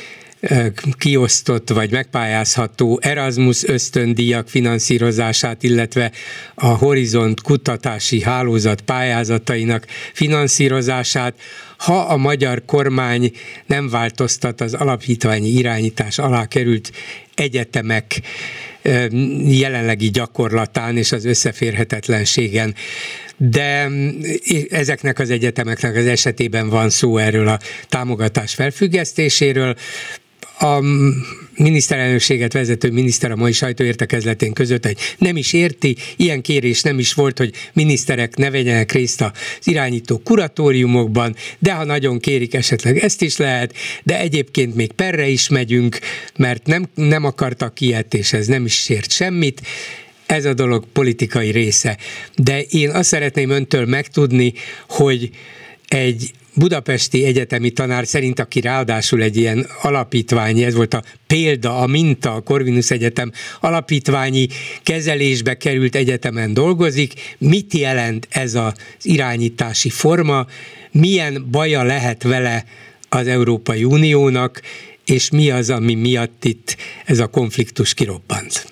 kiosztott vagy megpályázható Erasmus ösztöndíjak finanszírozását, illetve a Horizont kutatási hálózat pályázatainak finanszírozását, ha a magyar kormány nem változtat az alapítványi irányítás alá került egyetemek jelenlegi gyakorlatán és az összeférhetetlenségen. De ezeknek az egyetemeknek az esetében van szó erről a támogatás felfüggesztéséről. a miniszterelnökséget vezető miniszter a mai sajtóértekezletén között, hogy nem is érti, ilyen kérés nem is volt, hogy miniszterek ne vegyenek részt az irányító kuratóriumokban, de ha nagyon kérik, esetleg ezt is lehet, de egyébként még perre is megyünk, mert nem akartak ilyet, és ez nem is sért semmit. Ez a dolog politikai része. De én azt szeretném öntől megtudni, hogy egy budapesti egyetemi tanár szerint, aki ráadásul egy ilyen alapítványi, ez volt a példa, a minta, a Corvinus Egyetem alapítványi kezelésbe került egyetemen dolgozik. Mit jelent ez az irányítási forma? Milyen baja lehet vele az Európai Uniónak, és mi az, ami miatt itt ez a konfliktus kirobbant?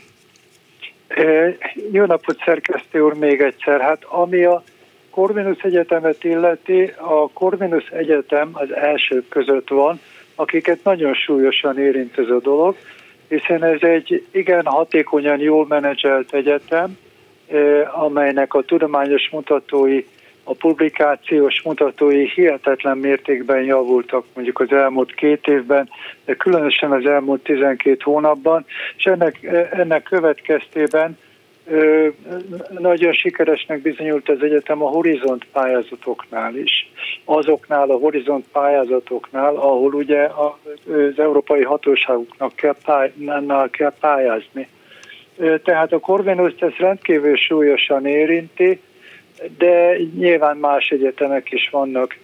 Jó napot, szerkesztő úr, még egyszer. Hát ami a Corvinus Egyetemet illeti, a Corvinus Egyetem az elsők között van, akiket nagyon súlyosan érint ez a dolog, hiszen ez egy igen hatékonyan jól menedzselt egyetem, amelynek a tudományos mutatói, a publikációs mutatói hihetetlen mértékben javultak mondjuk az elmúlt 2 évben, de különösen az elmúlt 12 hónapban, és ennek következtében nagyon sikeresnek bizonyult az egyetem a Horizont pályázatoknál is. Azoknál a Horizont pályázatoknál, ahol ugye az európai hatóságoknak kell pályázni. Tehát a Corvinust ezt rendkívül súlyosan érinti, de nyilván más egyetemek is vannak.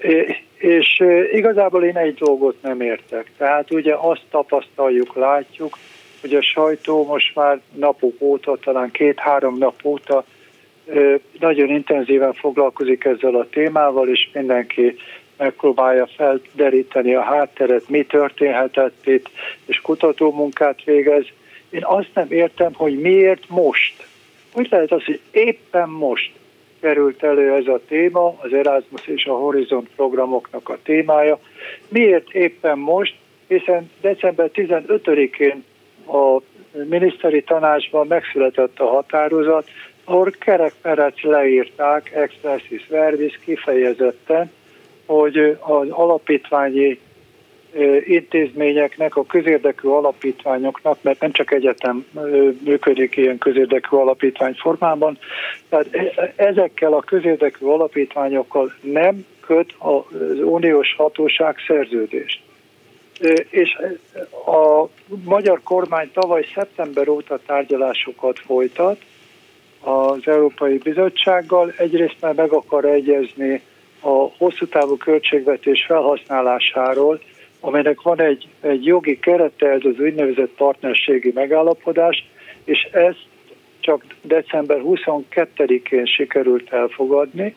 És igazából én egy dolgot nem értek. Tehát ugye azt tapasztaljuk, látjuk, hogy a sajtó most már napok óta, talán 2-3 nap óta nagyon intenzíven foglalkozik ezzel a témával, és mindenki megpróbálja felderíteni a hátteret, mi történhetett itt, és kutatómunkát végez. Én azt nem értem, hogy miért most. Úgy lehet az, hogy éppen most került elő ez a téma, az Erasmus és a Horizont programoknak a témája. Miért éppen most? Hiszen december 15-én a miniszteri tanácsban megszületett a határozat, ahol kerek-perec leírták expressis verbis kifejezetten, hogy az alapítványi intézményeknek, a közérdekű alapítványoknak, mert nem csak egyetem működik ilyen közérdekű alapítvány formában, tehát ezekkel a közérdekű alapítványokkal nem köt az uniós hatóság szerződést. És a magyar kormány tavaly szeptember óta tárgyalásokat folytat az Európai Bizottsággal. Egyrészt már meg akar egyezni a hosszú távú költségvetés felhasználásáról, amelynek van egy jogi kerete, ez az úgynevezett partnerségi megállapodás, és ezt csak december 22-én sikerült elfogadni,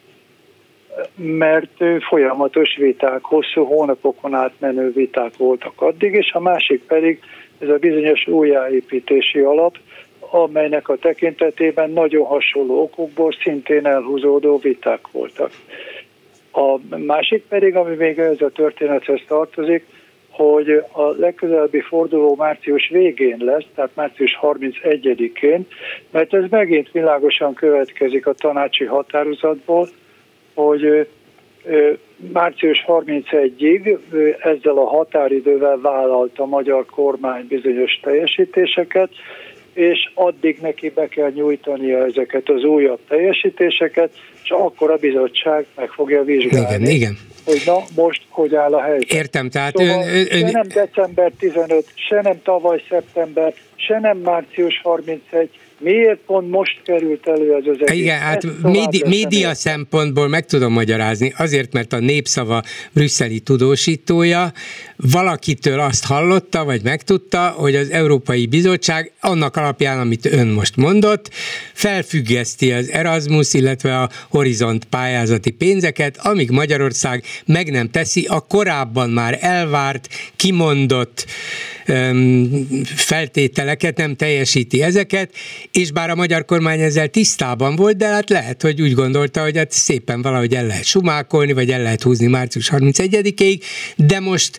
mert folyamatos viták, hosszú hónapokon átmenő viták voltak addig, és a másik pedig ez a bizonyos újjáépítési alap, amelynek a tekintetében nagyon hasonló okokból szintén elhúzódó viták voltak. A másik pedig, ami még ez a történethez tartozik, hogy a legközelebbi forduló március végén lesz, tehát március 31-én, mert ez megint világosan következik a tanácsi határozatból, hogy március 31-ig ezzel a határidővel vállalt a magyar kormány bizonyos teljesítéseket, és addig neki be kell nyújtania ezeket az újabb teljesítéseket, és akkor a bizottság meg fogja vizsgálni, igen. hogy na most hogy áll a helyzet. Értem, tehát szóval se nem december 15, se nem tavaly szeptember, se nem március 31, miért pont most került elő ez az egész? Igen, hát média szempontból meg tudom magyarázni, azért, mert a Népszava brüsszeli tudósítója valakitől azt hallotta, vagy megtudta, hogy az Európai Bizottság annak alapján, amit ön most mondott, felfüggeszti az Erasmus, illetve a Horizont pályázati pénzeket, amíg Magyarország meg nem teszi a korábban már elvárt, kimondott feltételeket, nem teljesíti ezeket, és bár a magyar kormány ezzel tisztában volt, de hát lehet, hogy úgy gondolta, hogy hát szépen valahogy el lehet sumákolni, vagy el lehet húzni március 31-ig, de most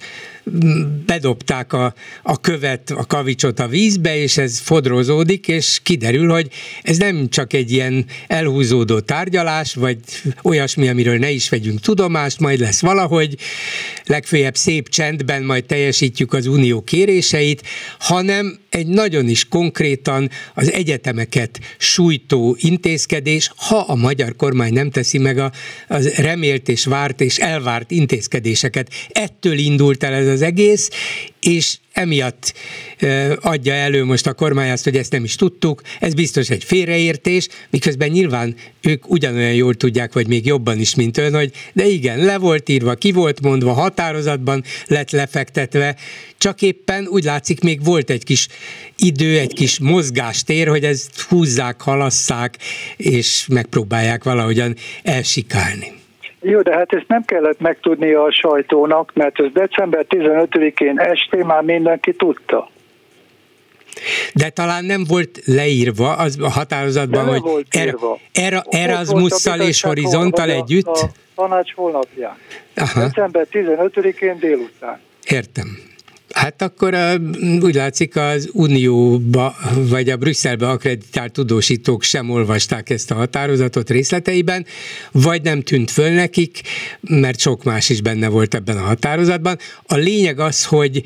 bedobták a követ, a kavicsot a vízbe, és ez fodrozódik, és kiderül, hogy ez nem csak egy ilyen elhúzódó tárgyalás, vagy olyasmi, amiről ne is vegyünk tudomást, majd lesz valahogy, legfőjebb szép csendben majd teljesítjük az unió kéréseit, hanem egy nagyon is konkrétan az egyetemeket sújtó intézkedés, ha a magyar kormány nem teszi meg az remélt és várt és elvárt intézkedéseket. Ettől indult el ez az egész, és emiatt adja elő most a kormány azt, hogy ezt nem is tudtuk, ez biztos egy félreértés, miközben nyilván ők ugyanolyan jól tudják, vagy még jobban is, mint ön, hogy de igen, le volt írva, ki volt mondva, határozatban lett lefektetve, csak éppen úgy látszik, még volt egy kis idő, egy kis mozgástér, hogy ezt húzzák, halasszák, és megpróbálják valahogyan elsikálni. Jó, de hát ezt nem kellett megtudnia a sajtónak, mert ez december 15-én estén már mindenki tudta. De talán nem volt leírva az a határozatban, hogy Erasmusszal és Horizonttal együtt? A tanács honlapján. December 15-én délután. Értem. Hát akkor úgy látszik, az Unióba, vagy a Brüsszelbe akkreditált tudósítók sem olvasták ezt a határozatot részleteiben, vagy nem tűnt föl nekik, mert sok más is benne volt ebben a határozatban. A lényeg az, hogy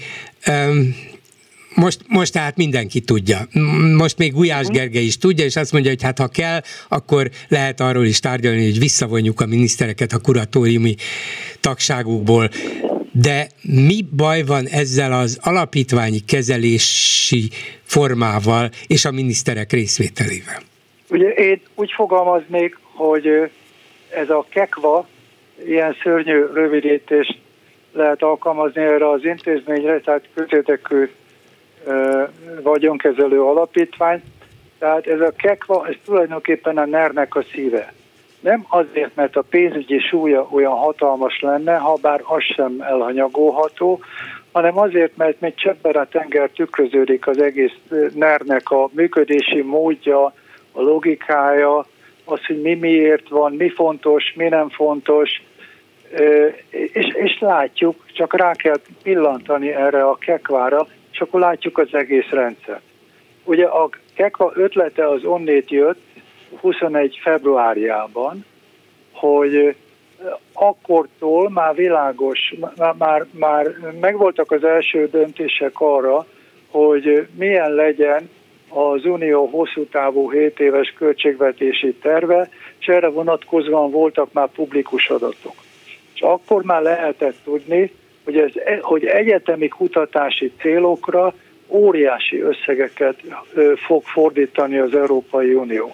most tehát mindenki tudja. Most még Gulyás Gergely is tudja, és azt mondja, hogy hát ha kell, akkor lehet arról is tárgyalni, hogy visszavonjuk a minisztereket a kuratóriumi tagságukból. De mi baj van ezzel az alapítványi kezelési formával és a miniszterek részvételével? Ugye én úgy fogalmaznék, hogy ez a KEKVA, ilyen szörnyű rövidítést lehet alkalmazni erre az intézményre, tehát közérdekű vagyonkezelő alapítvány. Tehát ez a KEKVA, ez tulajdonképpen a NER-nek a szíve. Nem azért, mert a pénzügyi súlya olyan hatalmas lenne, ha bár az sem elhanyagolható, hanem azért, mert még cseppben a tenger tükröződik az egész NER-nek a működési módja, a logikája, az, hogy mi miért van, mi fontos, mi nem fontos, és látjuk, csak rá kell pillantani erre a KEKVA-ra, és akkor látjuk az egész rendszert. Ugye a KEKVA ötlete az onnét jött, 21 februárjában, hogy akkortól már világos, már megvoltak az első döntések arra, hogy milyen legyen az Unió hosszú távú 7 éves költségvetési terve, és erre vonatkozóan voltak már publikus adatok. És akkor már lehetett tudni, hogy egyetemi kutatási célokra óriási összegeket fog fordítani az Európai Unió.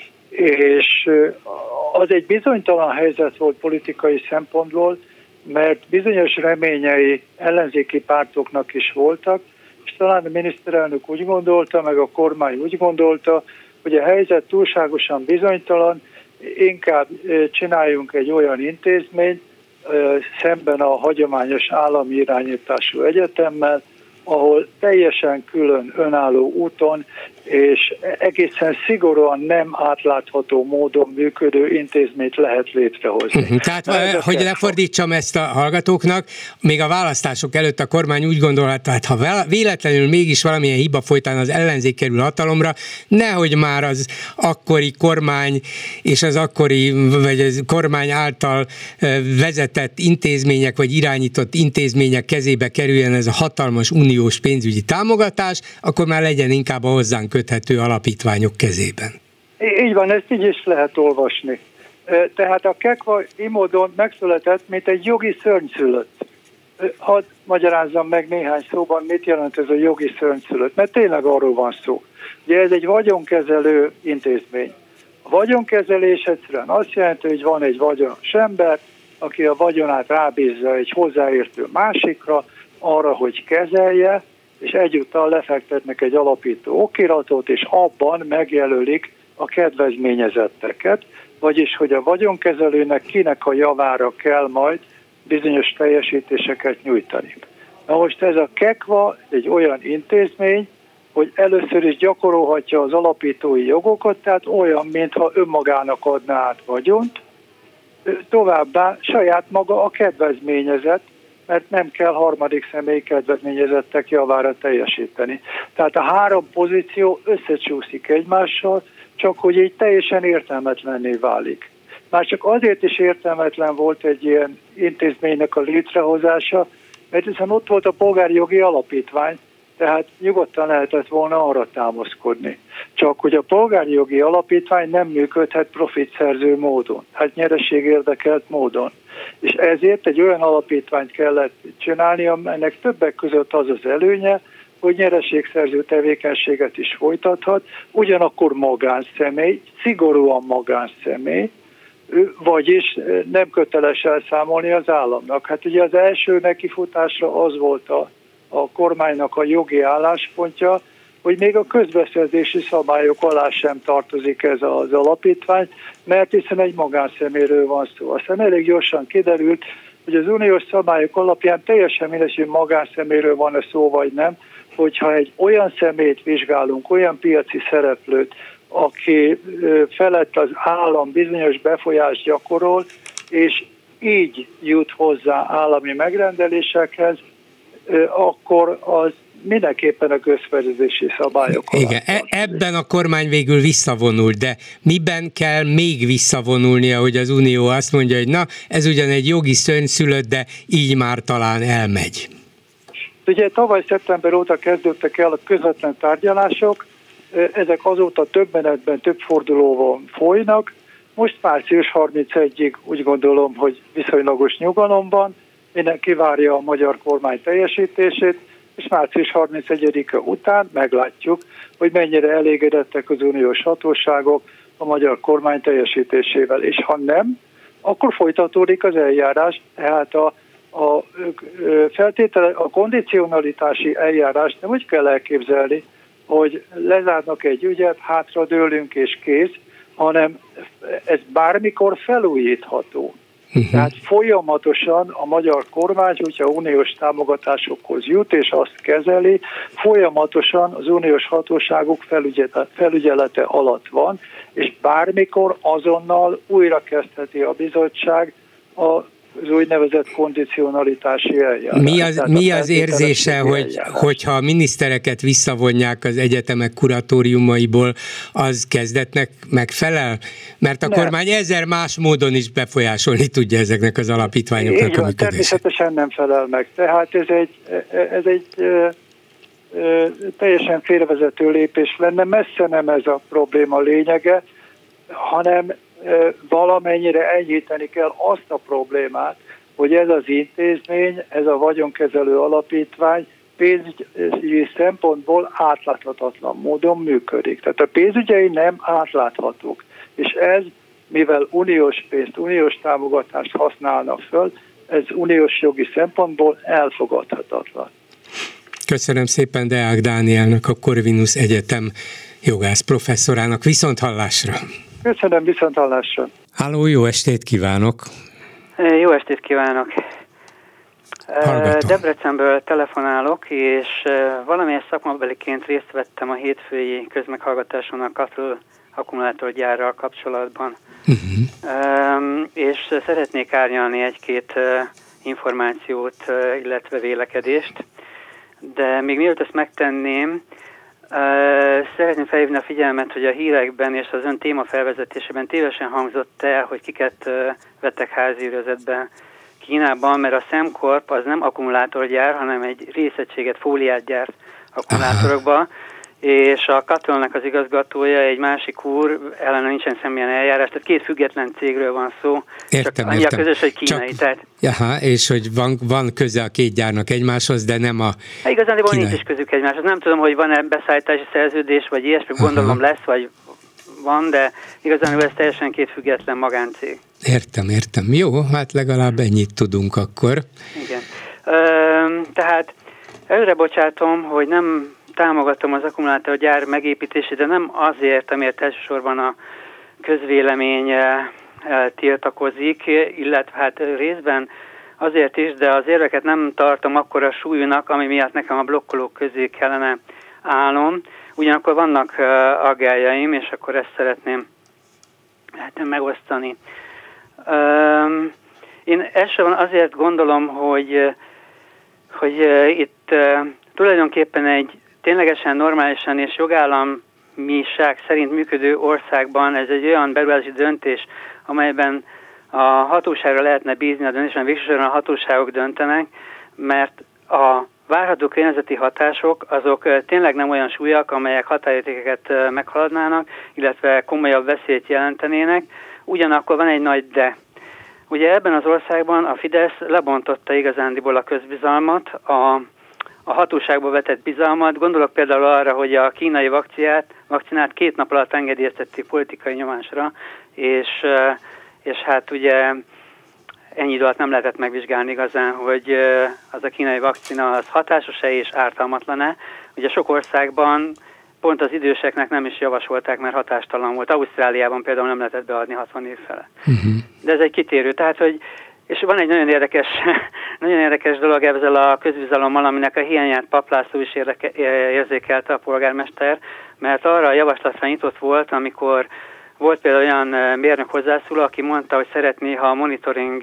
És az egy bizonytalan helyzet volt politikai szempontból, mert bizonyos reményei ellenzéki pártoknak is voltak, és talán a miniszterelnök úgy gondolta, meg a kormány úgy gondolta, hogy a helyzet túlságosan bizonytalan, inkább csináljunk egy olyan intézményt szemben a hagyományos állami irányítású egyetemmel, ahol teljesen külön önálló úton és egészen szigorúan nem átlátható módon működő intézményt lehet létrehozni. Tehát, hogy lefordítsam ezt a hallgatóknak, még a választások előtt a kormány úgy gondolhatta, hát ha véletlenül mégis valamilyen hiba folytán az ellenzék kerül hatalomra, nehogy már az akkori kormány és az akkori, vagy az kormány által vezetett intézmények, vagy irányított intézmények kezébe kerüljen ez a hatalmas uniós pénzügyi támogatás, akkor már legyen inkább a hozzánk köthető alapítványok kezében. Így van, ezt így is lehet olvasni. Tehát a KEKVA így módon megszületett, mint egy jogi szörnyszülött. Hadd magyarázzam meg néhány szóban, mit jelent ez a jogi szörnyszülött, mert tényleg arról van szó. Ugye ez egy vagyonkezelő intézmény. A vagyonkezelés egyszerűen azt jelenti, hogy van egy vagyonos ember, aki a vagyonát rábízza egy hozzáértő másikra, arra, hogy kezelje, és egyúttal lefektetnek egy alapító okiratot, és abban megjelölik a kedvezményezetteket, vagyis, hogy a vagyonkezelőnek kinek a javára kell majd bizonyos teljesítéseket nyújtani. Na most ez a KEKVA egy olyan intézmény, hogy először is gyakorolhatja az alapítói jogokat, tehát olyan, mintha önmagának adná át vagyont, továbbá saját maga a kedvezményezett, mert nem kell harmadik személyi kedvezményezettek javára teljesíteni. Tehát a 3 pozíció összecsúszik egymással, csak hogy így teljesen értelmetlenné válik. Már csak azért is értelmetlen volt egy ilyen intézménynek a létrehozása, mert hiszen ott volt a polgári jogi alapítvány, tehát nyugodtan lehetett volna arra támaszkodni. Csak hogy a polgári jogi alapítvány nem működhet profitszerző módon, hát nyereségérdekelt módon. És ezért egy olyan alapítványt kellett csinálni, amelynek többek között az az előnye, hogy nyereségszerző tevékenységet is folytathat, ugyanakkor magánszemély, szigorúan magánszemély, vagyis nem köteles elszámolni az államnak. Hát ugye az első nekifutásra az volt a kormánynak a jogi álláspontja, hogy még a közbeszerzési szabályok alá sem tartozik ez az alapítvány, mert hiszen egy magánszemélyről van szó. Aztán elég gyorsan kiderült, hogy az uniós szabályok alapján teljesen mindegy, hogy magánszemélyről van-e szó vagy nem, hogyha egy olyan személyt vizsgálunk, olyan piaci szereplőt, aki felett az állam bizonyos befolyást gyakorol, és így jut hozzá állami megrendelésekhez, akkor az mindenképpen a közbeszerzési szabályok alatt. Igen, ebben a kormány végül visszavonult, de miben kell még visszavonulnia, hogy az Unió azt mondja, hogy na, ez ugyan egy jogi szörnyszülött, de így már talán elmegy. Ugye tavaly szeptember óta kezdődtek el a közvetlen tárgyalások, ezek azóta több menetben, több fordulóban folynak. Most március 31-ig úgy gondolom, hogy viszonylagos nyugalom van, mindenki várja a magyar kormány teljesítését, és március 31-e után meglátjuk, hogy mennyire elégedettek az uniós hatóságok a magyar kormány teljesítésével. És ha akkor folytatódik az eljárás, tehát a kondicionalitási eljárást nem úgy kell elképzelni, hogy lezárnak egy ügyet, hátradőlünk és kész, hanem ez bármikor felújítható. Tehát folyamatosan a magyar kormány, hogyha uniós támogatásokhoz jut és azt kezeli, folyamatosan az uniós hatóságok felügyelete alatt van, és bármikor azonnal újra kezdheti a bizottság az úgynevezett kondicionalitási eljárás. Mi az érzése, hogyha a minisztereket visszavonják az egyetemek kuratóriumaiból, az kezdetnek megfelel? Mert a kormány 1000 más módon is befolyásolni tudja ezeknek az alapítványoknak a működését. Természetesen nem felel meg. Tehát ez egy teljesen félrevezető lépés lenne. Messze nem ez a probléma lényege, hanem valamennyire enyhíteni kell azt a problémát, hogy ez az intézmény, ez a vagyonkezelő alapítvány pénzügyi szempontból átláthatatlan módon működik. Tehát a pénzügyei nem átláthatók. És ez, mivel uniós pénzt, uniós támogatást használnak föl, ez uniós jogi szempontból elfogadhatatlan. Köszönöm szépen Deák Dánielnek, a Corvinus Egyetem jogász professzorának. Viszonthallásra! Köszönöm, viszonthallásra! Halló, jó estét kívánok! Jó estét kívánok! Hallgatom. Debrecenből telefonálok, és valamilyen szakmabeliként részt vettem a hétfői közmeghallgatáson a Kattl akkumulátorgyárral kapcsolatban. És szeretnék árnyalni egy-két információt, illetve vélekedést, de még mielőtt ezt megtenném, szeretném felhívni a figyelmet, hogy a hírekben és az ön témafelvezetésében tévesen hangzott el, hogy kiket vettek háziőrizetbe Kínában, mert a Sembcorp az nem akkumulátorgyár, hanem egy részegységet, fóliát gyárt akkumulátorokba, és a Kattlnak az igazgatója egy másik úr, ellene nincsen semmilyen eljárás, tehát két független cégről van szó, értem, csak annyi a közös, hogy kínai. És hogy van köze a két gyárnak egymáshoz, de nem a igazán nincs is közük egymáshoz. Nem tudom, hogy van-e beszállítási szerződés, vagy ilyesmi, gondolom lesz, vagy van, de igazán ez teljesen két független magáncég. Értem. Jó, hát legalább ennyit tudunk akkor. Igen. Tehát előre bocsátom, hogy nem támogatom az akkumulátorgyár megépítését, de nem azért, amiért elsősorban a közvélemény tiltakozik, illetve hát részben azért is, de az érveket nem tartom akkora súlyúnak, ami miatt nekem a blokkolók közé kellene állnom. Ugyanakkor vannak aggályaim, és akkor ezt szeretném megosztani. Én elsősorban azért gondolom, hogy itt tulajdonképpen egy ténylegesen normálisan és jogállamiság szerint működő országban ez egy olyan beruházási döntés, amelyben a hatóságra lehetne bízni a döntésben, végsősorban a hatóságok döntenek, mert a várható környezeti hatások azok tényleg nem olyan súlyak, amelyek határértékeket meghaladnának, illetve komolyabb veszélyt jelentenének. Ugyanakkor van egy nagy de. Ugye ebben az országban a Fidesz lebontotta igazándiból a közbizalmat, a hatóságba vetett bizalmat. Gondolok például arra, hogy a kínai vakcinát 2 nap alatt engedélyeztették politikai nyomásra, és hát ugye ennyi idő alatt nem lehetett megvizsgálni igazán, hogy az a kínai vakcina az hatásos-e és ártalmatlan-e. Ugye sok országban pont az időseknek nem is javasolták, mert hatástalan volt. Ausztráliában például nem lehetett beadni 60 év fele. De ez egy kitérő. Tehát, hogy és van egy nagyon érdekes dolog ezzel a közbizalommal, aminek a hiányát Papp László is érzékelte a polgármester, mert arra a javaslatra nyitott volt, amikor volt például olyan mérnök hozzászóló, aki mondta, hogy szeretné, ha a monitoring,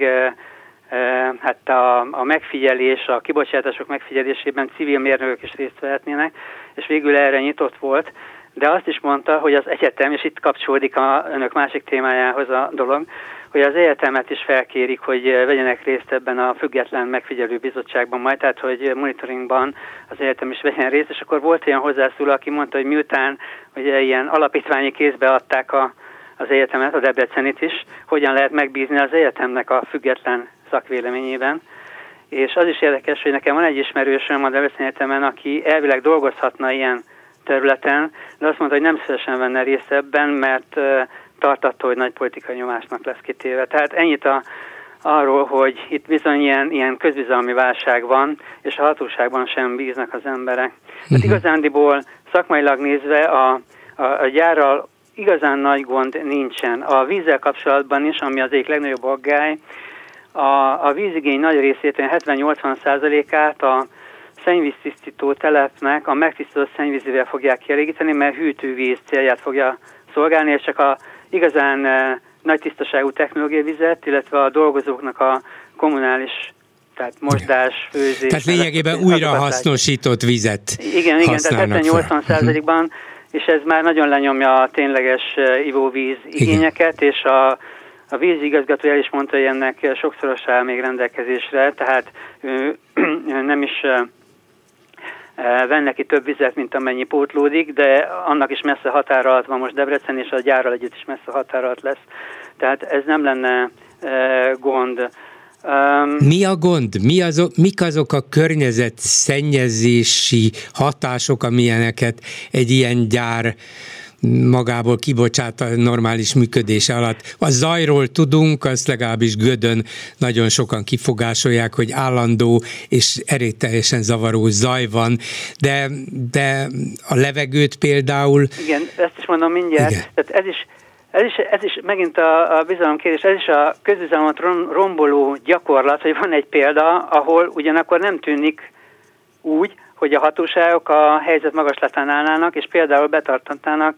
hát a megfigyelés, a kibocsátások megfigyelésében civil mérnökök is részt vehetnének, és végül erre nyitott volt. De azt is mondta, hogy az egyetem, és itt kapcsolódik a önök másik témájához a dolog, hogy az egyetemet is felkérik, hogy vegyenek részt ebben a független megfigyelő bizottságban majd, tehát hogy monitoringban az egyetem is vegyen részt, és akkor volt olyan hozzászóló, aki mondta, hogy miután ugye ilyen alapítványi kézbe adták az egyetemet, a Debrecenit is, hogyan lehet megbízni az egyetemnek a független szakvéleményében. És az is érdekes, hogy nekem van egy ismerősöm a Debreceni Egyetemen, aki elvileg dolgozhatna ilyen területen, de azt mondta, hogy nem szívesen venne részt ebben, mert tartatta, hogy nagy politikai nyomásnak lesz kitéve. Tehát ennyit arról, hogy itt bizony ilyen közbizalmi válság van, és a hatóságban sem bíznak az emberek. Hát igazándiból szakmailag nézve a gyárral igazán nagy gond nincsen. A vízzel kapcsolatban is, ami az egyik legnagyobb aggály, a vízigény nagy részét, 70-80%-át a szennyvíztisztító telepnek a megtisztított szennyvízével fogják kielégíteni, mert hűtővíz célját fogja szolgálni, és csak a igazán nagy tisztaságú technológiai vizet, illetve a dolgozóknak a kommunális, tehát mosdás, főzés. Tehát lényegében újra hasznosított vizet igen, tehát 70-80%-ban, és ez már nagyon lenyomja a tényleges ivóvíz igényeket, és a vízigazgató el is mondta, hogy ennek sokszoros áll még rendelkezésre, tehát nem is venne ki több vizet, mint amennyi pótlódik, de annak is messze határa alatt van most Debrecen, és a gyárral együtt is messze határa alatt lesz. Tehát ez nem lenne gond. Mi a gond? Mik azok a környezetszennyezési hatások, amilyeneket egy ilyen gyár magából kibocsát a normális működése alatt? A zajról tudunk, azt legalábbis Gödön nagyon sokan kifogásolják, hogy állandó és erőteljesen zavaró zaj van, de a levegőt például... Igen, ezt is mondom mindjárt. Igen. Tehát ez is megint a bizalom kérdés, ez is a közbizalmat romboló gyakorlat, hogy van egy példa, ahol ugyanakkor nem tűnik úgy, hogy a hatóságok a helyzet magaslatán állnának, és például betartanának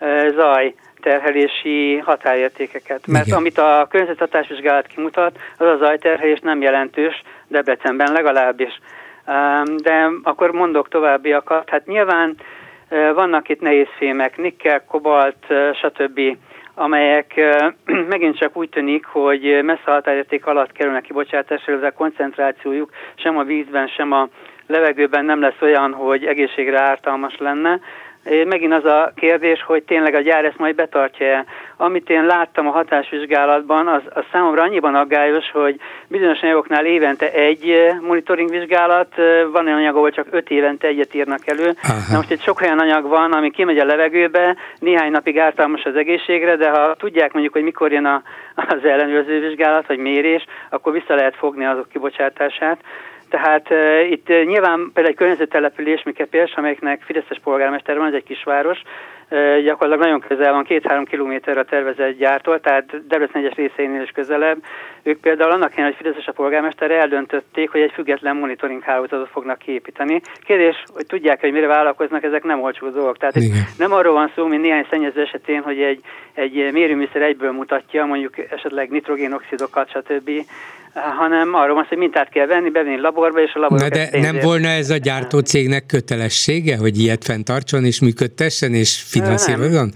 zajterhelési határértékeket. Mert igen, amit a környezethatásvizsgálat kimutat, az a zajterhelés nem jelentős, Debrecenben legalábbis. De akkor mondok továbbiakat. Hát nyilván vannak itt nehézfémek, nikkel, kobalt, stb., amelyek megint csak úgy tűnik, hogy messze határérték alatt kerülnek kibocsátásra, de a koncentrációjuk sem a vízben, sem a levegőben nem lesz olyan, hogy egészségre ártalmas lenne. Megint az a kérdés, hogy tényleg a gyár ezt majd betartja-e. Amit én láttam a hatásvizsgálatban, az számomra annyiban aggályos, hogy bizonyos anyagoknál évente egy monitoringvizsgálat, van olyan anyag, ahol csak 5 évente egyet írnak elő. Na most itt sok olyan anyag van, ami kimegy a levegőbe, néhány napig ártalmas az egészségre, de ha tudják mondjuk, hogy mikor jön az ellenőrző vizsgálat, vagy mérés, akkor vissza lehet fogni azok kibocsátását. Tehát itt nyilván például egy környező település, Mikepés, amelyiknek fideszes polgármester van, ez egy kisváros, gyakorlatilag nagyon közel van, 2-3 kilométerre a tervezett gyártól, tehát Debrecen egyes részeinél is közelebb. Ők például annak kéne, hogy Fideszes a polgármester, eldöntötték, hogy egy független monitoring hálózatot fognak kiépíteni. Kérdés, hogy tudják, hogy mire vállalkoznak, ezek nem olcsó dolgok. Tehát nem arról van szó, mint néhány szennyező esetén, hogy egy mérőműszer egyből mutatja, mondjuk esetleg nitrogénoxidokat, stb., hanem arról van, hogy mintát kell venni, bevenni laborba, és a laborba. De nem volna ez a gyártócégnek kötelessége, hogy ilyet fenntartson és működtessen és finanszírozzon?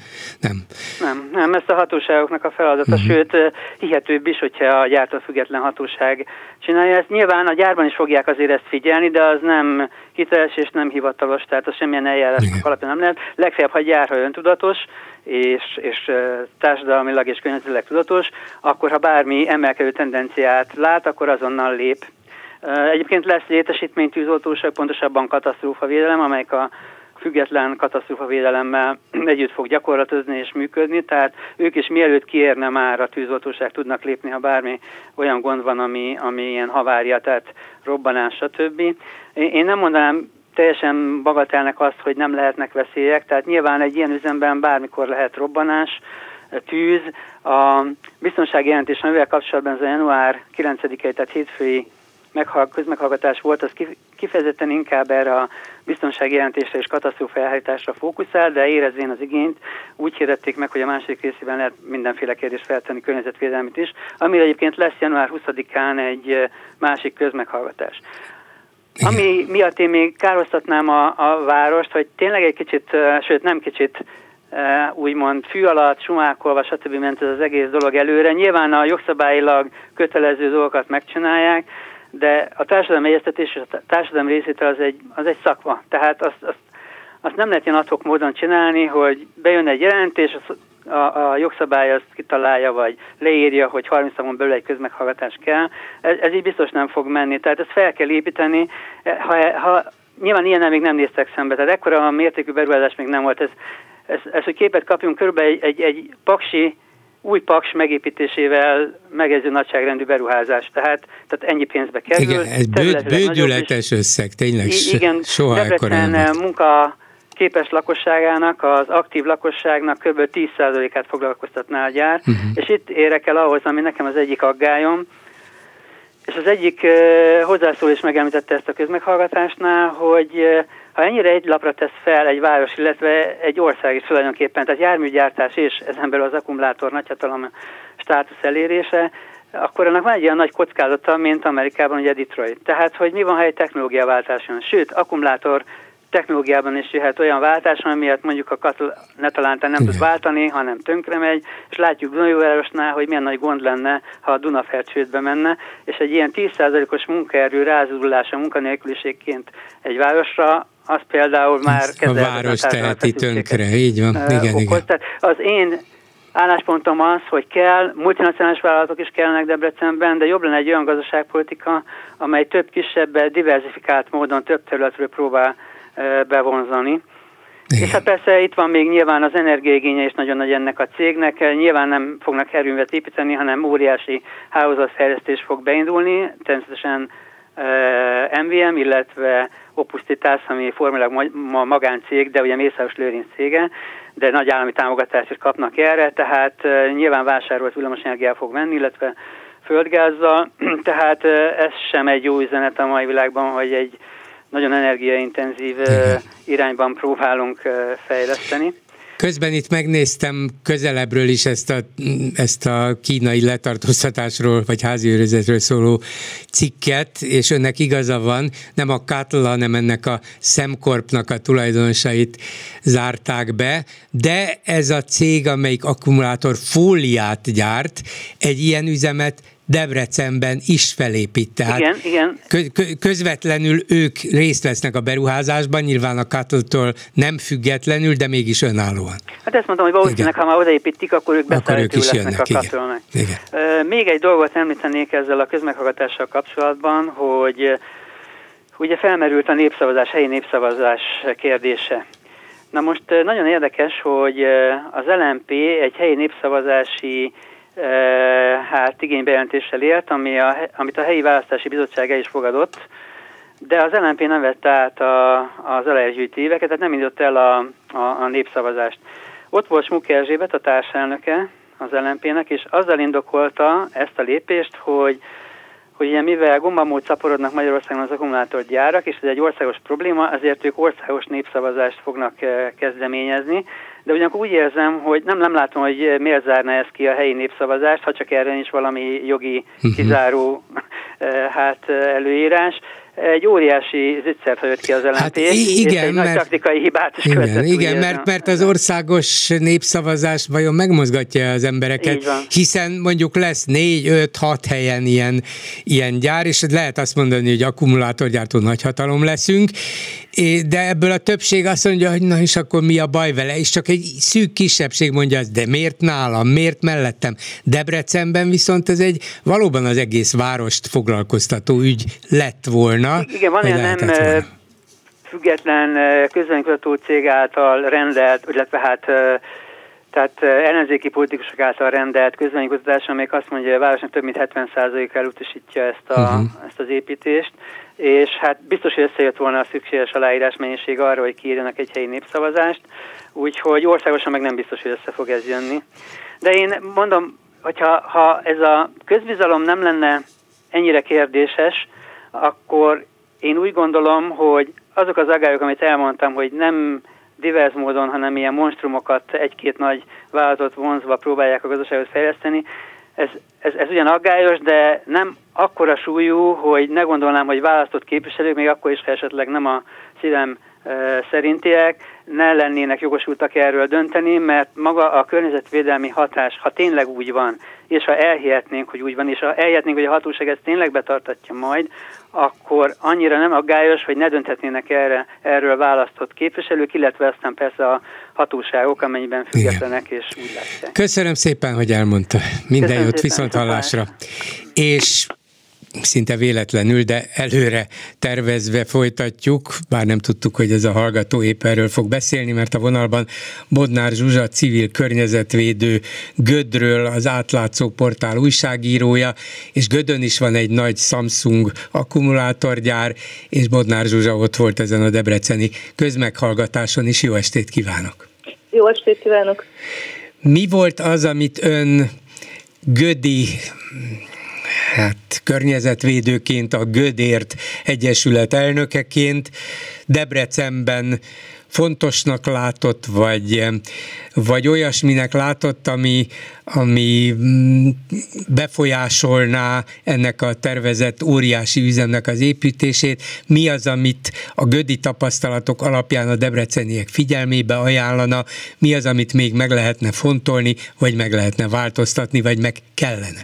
Nem, ezt a hatóságoknak a feladata, sőt, hihetőbb is, hogyha a gyártó független hatóság csinálja ezt. Nyilván a gyárban is fogják azért ezt figyelni, de az nem hiteles és nem hivatalos, tehát az semmilyen eljárásnak alapján nem lehet. Legfeljebb, ha gyár, ha öntudatos, és társadalmilag és környezetileg tudatos, akkor ha bármi emelkedő tendenciát lát, akkor azonnal lép. Egyébként lesz létesítménytűzoltóság, pontosabban katasztrófavédelem, amelyik a független katasztrófavédelemmel együtt fog gyakorlatozni és működni, tehát ők is mielőtt kiérne már a tűzoltóság tudnak lépni, ha bármi olyan gond van, ami ilyen havária, tehát robbanás, stb. Én nem mondanám teljesen bagatelnek azt, hogy nem lehetnek veszélyek, tehát nyilván egy ilyen üzemben bármikor lehet robbanás, tűz. A biztonsági jelentés, amivel kapcsolatban ez a január 9-i, tehát hétfői közmeghallgatás volt, az kifejezetten inkább erre a biztonsági jelentésre és katasztrófa elhárításra fókuszál, de érezvén az igényt úgy hirdették meg, hogy a második részében lehet mindenféle kérdést feltenni, környezetvédelmit is, amire egyébként lesz január 20-án egy másik közmeghallgatás. Ami miatt én még kárhoztatnám a várost, hogy tényleg egy kicsit, sőt nem kicsit, úgymond fű alatt, sumákolva, stb. Ment ez az egész dolog előre. Nyilván a jogszabályilag kötelező dolgokat megcsinálják, de a társadalmi egyeztetés és a társadalmi részétel az egy szakma. Tehát azt nem lehet ilyen ad hoc módon csinálni, hogy bejön egy jelentés, a jogszabály azt kitalálja, vagy leírja, hogy 30 napon belül egy közmeghallgatás kell. Ez így biztos nem fog menni. Tehát ezt fel kell építeni. Ha nyilván ilyennel még nem néztek szembe. Tehát ekkora a mértékű beruházás még nem volt. Ez hogy képet kapjunk, körülbelül egy új paks megépítésével megegyező nagyságrendű beruházás. Tehát ennyi pénzbe kerül. Igen, ez bődületes összeg, tényleg igen, soha ekkora nem volt. Munkaképes lakosságának, az aktív lakosságnak kb. 10%-át foglalkoztatná a gyár, és itt érek el ahhoz, ami nekem az egyik aggályom, és az egyik hozzászóló is megemlítette ezt a közmeghallgatásnál, hogy ha ennyire egy lapra tesz fel egy város, illetve egy ország is tulajdonképpen, tehát járműgyártás és ezen belül az akkumulátor nagyhatalom státusz elérése, akkor annak van egy olyan nagy kockázata, mint Amerikában, ugye Detroit. Tehát, hogy mi van, ha egy technológiaváltás jön. Sőt, akkumulátor technológiában is jöhet olyan váltás, ami miatt mondjuk a netalántán nem tud váltani, hanem tönkre megy, és látjuk Dunaújvárosnál, hogy milyen nagy gond lenne, ha a Dunafert csődbe menne, és egy ilyen 10%-os munkaerő rázudulása munkanélküliségként egy városra, az például már a város teheti tönkre, így van. Igen. Tehát az én álláspontom az, hogy kell, multinacionális vállalatok is kellene Debrecenben, de jobb lenne egy olyan gazdaságpolitika, amely több kisebb, diversifikált módon több területről próbál bevonzani. És hát persze itt van még nyilván az energiaigénye is nagyon nagy ennek a cégnek. Nyilván nem fognak erőművet építeni, hanem óriási hálózatfejlesztés fog beindulni. Természetesen MVM, illetve Opus Titász, ami formálilag magáncég, de ugye Mészáros Lőrinc cége, de nagy állami támogatást is kapnak erre, tehát nyilván vásárolt villamosenergiával fog menni, illetve földgázzal, tehát ez sem egy jó üzenet a mai világban, hogy egy nagyon energiaintenzív irányban próbálunk fejleszteni. Közben itt megnéztem közelebbről is ezt a kínai letartóztatásról, vagy háziőrizetről szóló cikket, és önnek igaza van, nem a Cattle, hanem ennek a Sembcorpnak a tulajdonosait zárták be, de ez a cég, amelyik akkumulátor fóliát gyárt, egy ilyen üzemet Debrecenben is felépít, tehát igen. Közvetlenül ők részt vesznek a beruházásban, nyilván a Cattle-tól nem függetlenül, de mégis önállóan. Hát ezt mondtam, hogy valószínűleg, ha már odaépítik, akkor ők beszállítő lesznek a Cattle-nek. Még egy dolgot említenék ezzel a közmeghallgatással kapcsolatban, hogy ugye felmerült a népszavazás, helyi népszavazás kérdése. Na most nagyon érdekes, hogy az LMP egy helyi népszavazási igénybejelentéssel élt, amit a helyi választási bizottság el is fogadott, de az LNP nem vette át az aláírásgyűjtő éveket, tehát nem indított el a népszavazást. Ott volt Smuk Erzsébet, a társelnöke az LNP-nek, és azzal indokolta ezt a lépést, hogy ugye mivel gombamód szaporodnak Magyarországon az akkumulátorgyárak, és ez egy országos probléma, azért ők országos népszavazást fognak kezdeményezni, de ugyanakkor úgy érzem, hogy nem látom, hogy miért zárna ez ki a helyi népszavazást, ha csak erre nincs valami jogi kizáró előírás. Egy óriási zicser jött ki az LNP, és egy nagy taktikai hibát is követett. Igen, mert az országos népszavazás vajon megmozgatja az embereket, hiszen mondjuk lesz 4-5-6 helyen ilyen gyár, és lehet azt mondani, hogy akkumulátorgyártó nagyhatalom leszünk, de ebből a többség azt mondja, hogy na és akkor mi a baj vele, és csak egy szűk kisebbség mondja azt, de miért nálam, miért mellettem? Debrecenben viszont ez egy valóban az egész várost foglalkoztató ügy lett volna. Igen, van ilyen nem független közvéleménykutató cég által rendelt, illetve tehát ellenzéki politikusok által rendelt közvéleménykutatás, amelyik azt mondja, hogy a városnak több mint 70%-a elutasítja ezt az építést, és hát biztos, hogy összejött volna a szükséges aláírás mennyiség arra, hogy kiírjanak egy helyi népszavazást, úgyhogy országosan meg nem biztos, hogy össze fog ez jönni. De én mondom, hogyha ez a közbizalom nem lenne ennyire kérdéses, akkor én úgy gondolom, hogy azok az aggályok, amit elmondtam, hogy nem divers módon, hanem ilyen monstrumokat egy-két nagy vállalatot vonzva próbálják a gazdaságot fejleszteni, ez ugyan aggályos, de nem akkora súlyú, hogy ne gondolnám, hogy választott képviselők, még akkor is, ha esetleg nem a szívem szerintiek, ne lennének jogosultak erről dönteni, mert maga a környezetvédelmi hatás, ha tényleg úgy van, és ha elhihetnénk, hogy úgy van, és ha elhihetnénk, hogy a hatóság ezt tényleg betartatja majd, akkor annyira nem aggályos, hogy ne dönthetnének erről választott képviselők, illetve aztán persze a hatóságok, amennyiben függetlenek, és úgy látják. Köszönöm szépen, hogy elmondta. Minden jót, viszonthallásra. És szinte véletlenül, de előre tervezve folytatjuk, bár nem tudtuk, hogy ez a hallgató épp erről fog beszélni, mert a vonalban Bodnár Zsuzsa, civil környezetvédő, Gödről, az Átlátszó portál újságírója, és Gödön is van egy nagy Samsung akkumulátorgyár, és Bodnár Zsuzsa ott volt ezen a debreceni közmeghallgatáson is. Jó estét kívánok! Jó estét kívánok! Mi volt az, amit ön gödi környezetvédőként, a Gödért Egyesület elnökeként Debrecenben fontosnak látott, vagy olyasminek látott, ami befolyásolná ennek a tervezett óriási üzemnek az építését? Mi az, amit a gödi tapasztalatok alapján a debreceniek figyelmébe ajánlana? Mi az, amit még meg lehetne fontolni, vagy meg lehetne változtatni, vagy meg kellene?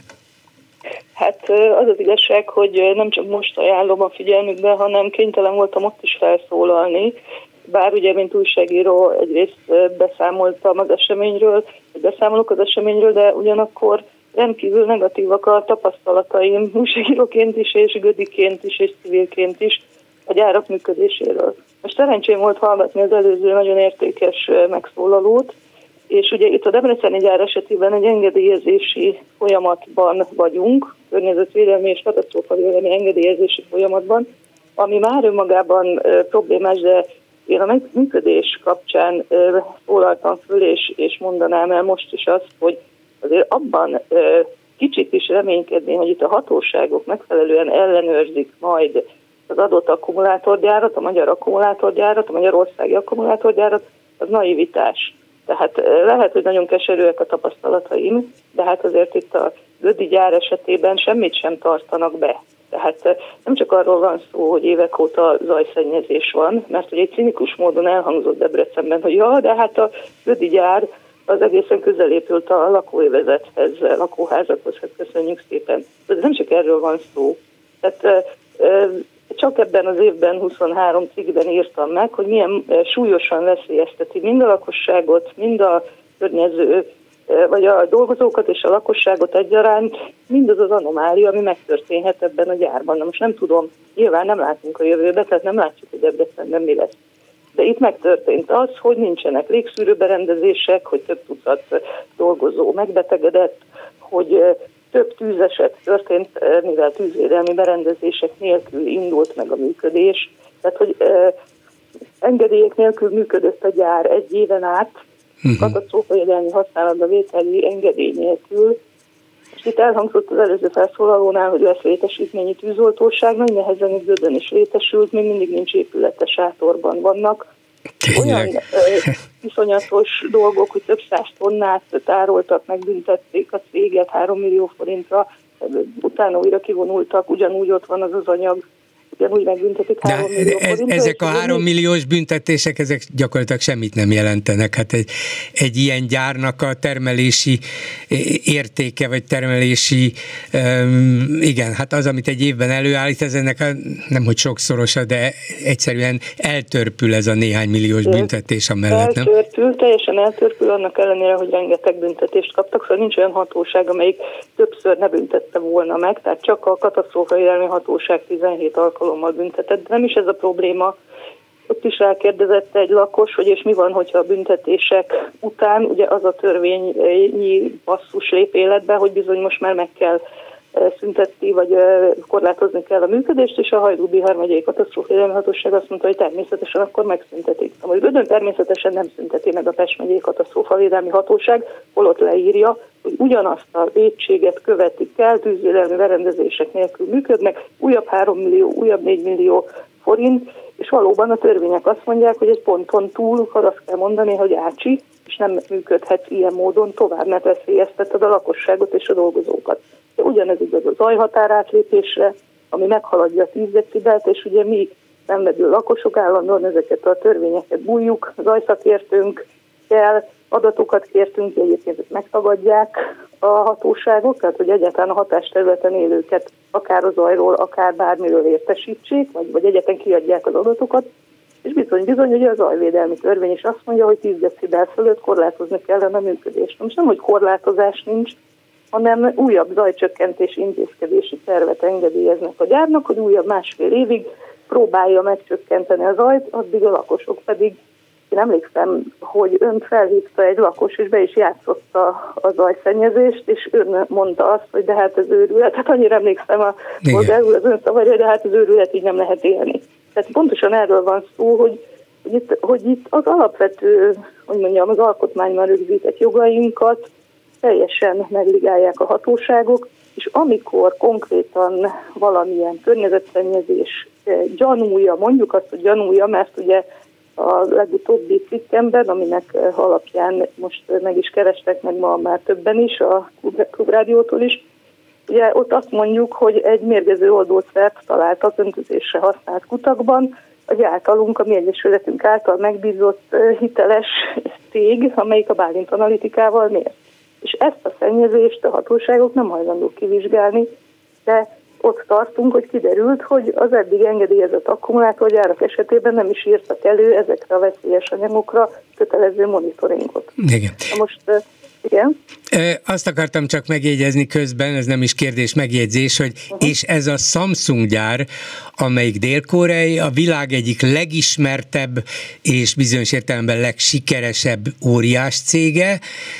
Hát az az igazság, hogy nem csak most ajánlom a figyelmükbe, hanem kénytelen voltam ott is felszólalni, bár ugye, mint újságíró egyrészt beszámoltam az eseményről, beszámolok az eseményről, de ugyanakkor rendkívül negatívak a tapasztalataim újságíróként is, és gödiként is, és civilként is a gyárak működéséről. Most szerencsém volt hallgatni az előző nagyon értékes megszólalót, és ugye itt a debreceni gyár esetében egy engedélyezési folyamatban vagyunk, környezetvédelmi és katasztrófavédelmi engedélyezési folyamatban, ami már önmagában problémás, de én a működés kapcsán szólaltam föl, és mondanám el most is azt, hogy azért abban kicsit is reménykedni, hogy itt a hatóságok megfelelően ellenőrzik majd az adott akkumulátorgyárat, a magyar akkumulátorgyárat, a magyarországi akkumulátorgyárat, az naivitás. Tehát lehet, hogy nagyon keserűek a tapasztalataim, de hát azért itt a gödi gyár esetében semmit sem tartanak be. Tehát nem csak arról van szó, hogy évek óta zajszennyezés van, mert ugye egy cinikus módon elhangzott Debrecenben, hogy ja, de hát a gödi gyár az egészen közel épült a lakóövezethez, lakóházakhoz, hát köszönjük szépen. De nem csak erről van szó. Tehát csak ebben az évben 23 cikkben írtam meg, hogy milyen súlyosan veszélyezteti mind a lakosságot, mind a környező, vagy a dolgozókat és a lakosságot egyaránt, mindaz az anomália, ami megtörténhet ebben a gyárban. Na most nem tudom, nyilván nem látunk a jövőbe, tehát nem látjuk, hogy Debrecenben mi lesz. De itt megtörtént az, hogy nincsenek légszűrőberendezések, hogy több tucat dolgozó megbetegedett, hogy több tűzeset történt, mivel tűzvédelmi berendezések nélkül indult meg a működés. Tehát, hogy engedélyek nélkül működött a gyár egy éven át, katasztrófavédelmi használatba vételi engedély nélkül. És itt elhangzott az előző felszólalónál, hogy lesz létesítményi tűzoltóság, nagy nehezen itt Gödön is létesült, még mindig nincs épülete, sátorban vannak. Olyan viszonyatos dolgok, hogy több 100 tonnát tároltak, megbüntették a céget 3 millió forintra, utána újra kivonultak, ugyanúgy ott van az az anyag, ugyanúgy megbüntetik 3 millió forintra. Ezek a 3 milliós büntetések, ezek gyakorlatilag semmit nem jelentenek. Hát egy ilyen gyárnak a termelési értéke, vagy termelési, igen, hát az, amit egy évben előállít, ez ennek nem hogy sokszorosa, de egyszerűen eltörpül ez a néhány milliós büntetés amellett, nem? Eltörpül, teljesen eltörpül, annak ellenére, hogy rengeteg büntetést kaptak, szóval nincs olyan hatóság, amelyik többször ne büntette volna meg, tehát csak a katasztrófavédelmi hatóság 17 alkalommal büntetett, de nem is ez a probléma. Ott is rákérdezett egy lakos, hogy és mi van, hogyha a büntetések után ugye az a törvényi passzus lép életbe, hogy bizony most már meg kell szüntetni, vagy korlátozni kell a működést, és a Hajdú-Bihar megyei katasztrófavédelmi hatóság azt mondta, hogy természetesen akkor megszüntetik. A Gödön természetesen nem szünteti meg a Pest megyei katasztrófavédelmi hatóság, holott leírja, hogy ugyanazt a vétséget követik el, tűzvédelmi berendezések nélkül működnek, újabb 3 millió, újabb 4 millió forint, és valóban a törvények azt mondják, hogy egy ponton túl, azt kell mondani, hogy ácsi, és nem működhet ilyen módon tovább, mert veszélyezteted a lakosságot és a dolgozókat. De ugyanez igaz a zajhatárátlépésre, ami meghaladja a 10 decibelt, és ugye mi szenvedő lakosok állandóan ezeket a törvényeket bújjuk, zajszakértőnk kell, adatokat kértünk, egyébként megtagadják a hatóságok, tehát hogy egyáltalán a hatásterületen élőket akár a zajról, akár bármiről értesítsék, vagy egyáltalán kiadják az adatokat, és bizony, hogy a zajvédelmi törvény is azt mondja, hogy 10 decibel fölött korlátozni kellene a működést. Most nem, hogy korlátozás nincs, hanem újabb zajcsökkentési intézkedési tervet engedélyeznek a gyárnak, hogy újabb 1,5 évig próbálja megcsökkenteni a zajt, addig a lakosok pedig, én emlékszem, hogy önt felhívta egy lakos, és be is játszotta a zajszennyezést, és ön mondta azt, hogy de hát ez őrület, hát annyira emlékszem a polgárul az ön szavarja, de hát ez őrület, így nem lehet élni. Tehát pontosan erről van szó, hogy itt az alapvető, hogy mondjam, az alkotmányban rögzített jogainkat teljesen megligálják a hatóságok, és amikor konkrétan valamilyen környezetszennyezés gyanúja, mondjuk azt, hogy gyanúja, mert ugye a legutóbbi cikkemben, aminek alapján most meg is kerestek, meg ma már többen is, a Klubrádiótól is, ugye ott azt mondjuk, hogy egy mérgező oldószert találtak öntözésre használt kutakban, a általunk, a mi egyesületünk által megbízott hiteles cég, amelyik a Bálint Analitikával mér. És ezt a szennyezést a hatóságok nem hajlandók kivizsgálni, de ott tartunk, hogy kiderült, hogy az eddig engedélyezett akkumulátorgyárak esetében nem is írtak elő ezekre a veszélyes anyagokra kötelező monitoringot. Igen. Most igen. Azt akartam csak megjegyezni közben, ez nem is kérdés, megjegyzés, hogy és ez a Samsung gyár, amelyik dél-koreai, a világ egyik legismertebb és bizonyos értelemben legsikeresebb óriás cége,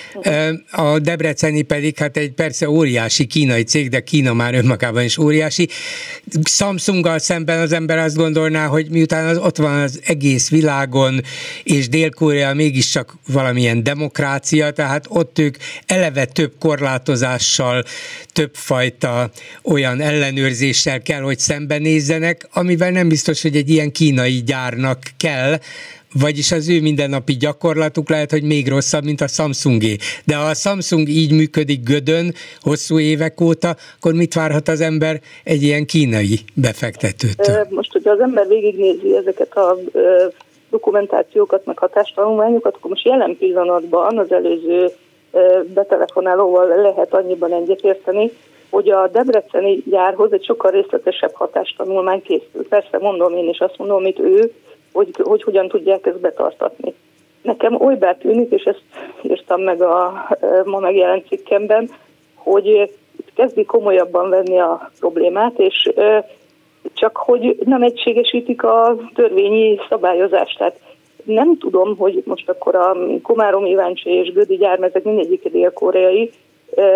a debreceni pedig hát egy persze óriási kínai cég, de Kína már önmagában is óriási. Samsunggal szemben az ember azt gondolná, hogy miután ott van az egész világon, és Dél-Korea mégiscsak valamilyen demokrácia, tehát ott ők eleve több korlátozással, többfajta olyan ellenőrzéssel kell, hogy szembenézzenek, amivel nem biztos, hogy egy ilyen kínai gyárnak kell, vagyis az ő mindennapi gyakorlatuk lehet, hogy még rosszabb, mint a Samsungé. De ha a Samsung így működik Gödön hosszú évek óta, akkor mit várhat az ember egy ilyen kínai befektetőtől? Most, hogyha az ember végignézi ezeket a dokumentációkat, meg hatástanulmányokat, akkor most jelen pillanatban az előző betelefonálóval lehet annyiban egyetérteni, hogy a debreceni gyárhoz egy sokkal részletesebb hatástanulmány készül. Persze mondom, én is azt mondom, amit ő, hogy hogyan tudják ezt betartatni. Nekem olybá tűnik, és ezt írtam meg a ma megjelent cikkemben, hogy kezdik komolyabban venni a problémát, és csak hogy nem egységesítik a törvényi szabályozást. Tehát nem tudom, hogy most akkor a Komárom, Iváncsi és Gödi gyár, ezek mindegyik dél-koreai,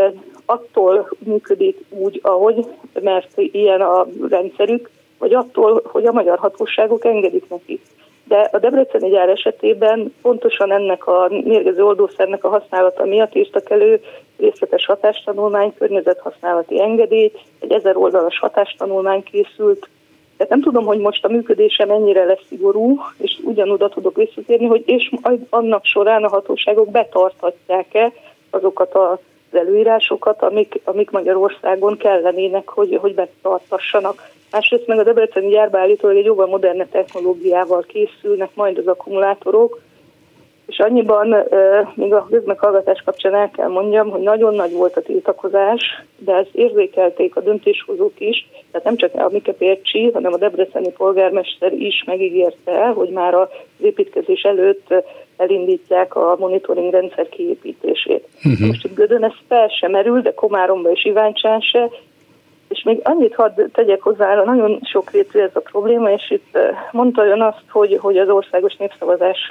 attól működik úgy, ahogy, mert ilyen a rendszerük, vagy attól, hogy a magyar hatóságok engedik neki. De a debreceni gyár esetében pontosan ennek a mérgező oldószernek a használata miatt írtak elő részletes hatástanulmány, környezethasználati engedélyt, egy 1000 oldalas hatástanulmány készült. Tehát nem tudom, hogy most a működése mennyire lesz szigorú, és ugyanoda tudok visszatérni, hogy és annak során a hatóságok betarthatják-e azokat az előírásokat, amik Magyarországon kellenének, hogy betartassanak. Másrészt meg a debreceni gyárba állítólag egy jóval moderne technológiával készülnek majd az akkumulátorok, és annyiban még a közmeghallgatás kapcsán el kell mondjam, hogy nagyon nagy volt a tiltakozás, de ezt érzékelték a döntéshozók is, tehát nem csak a Mike Pércsi, hanem a debreceni polgármester is megígérte el, hogy már az építkezés előtt elindítják a monitoring rendszer kiépítését. Most itt Gödön ez fel sem merül, de Komáromba és Iváncsán se, és még annyit hadd tegyek hozzá, nagyon sokrétű ez a probléma, és itt mondta ön azt, hogy az országos népszavazás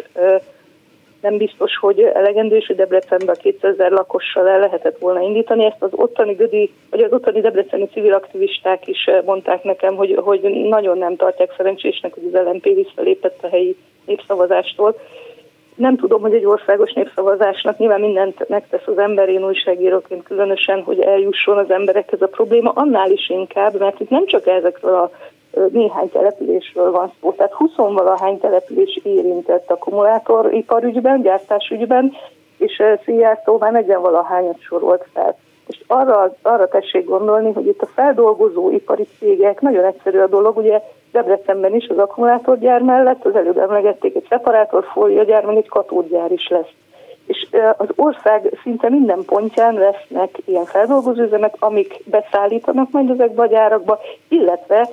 nem biztos, hogy elegendő, és hogy Debrecenben 200 000 lakossal el lehetett volna indítani. Ezt az ottani debreceni civil aktivisták is mondták nekem, hogy nagyon nem tartják szerencsésnek, hogy az LMP visszalépett a helyi népszavazástól. Nem tudom, hogy egy országos népszavazásnak nyilván mindent megtesz az ember, én újságíróként különösen, hogy eljusson az emberekhez a probléma, annál is inkább, mert itt nem csak ezekről a néhány településről van szó, tehát 20-valahány település érintett akkumulátoriparügyben, gyártásügyben, és Szijjártó már 40-valahányat sorolt fel. És arra tessék gondolni, hogy itt a feldolgozó ipari cégek, nagyon egyszerű a dolog, ugye Debrecenben is az akkumulátorgyár mellett, az előbb emlegették, egy szeparátorfóliagyár, meg egy katódgyár is lesz. És az ország szinte minden pontján lesznek ilyen feldolgozóüzemek, amik beszállítanak majd ezekbe a gyárakba, illetve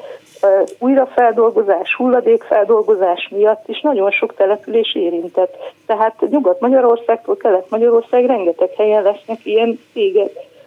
újrafeldolgozás, hulladékfeldolgozás miatt is nagyon sok település érintett. Tehát Nyugat-Magyarországtól Kelet-Magyarország rengeteg helyen lesznek ilyen cégek.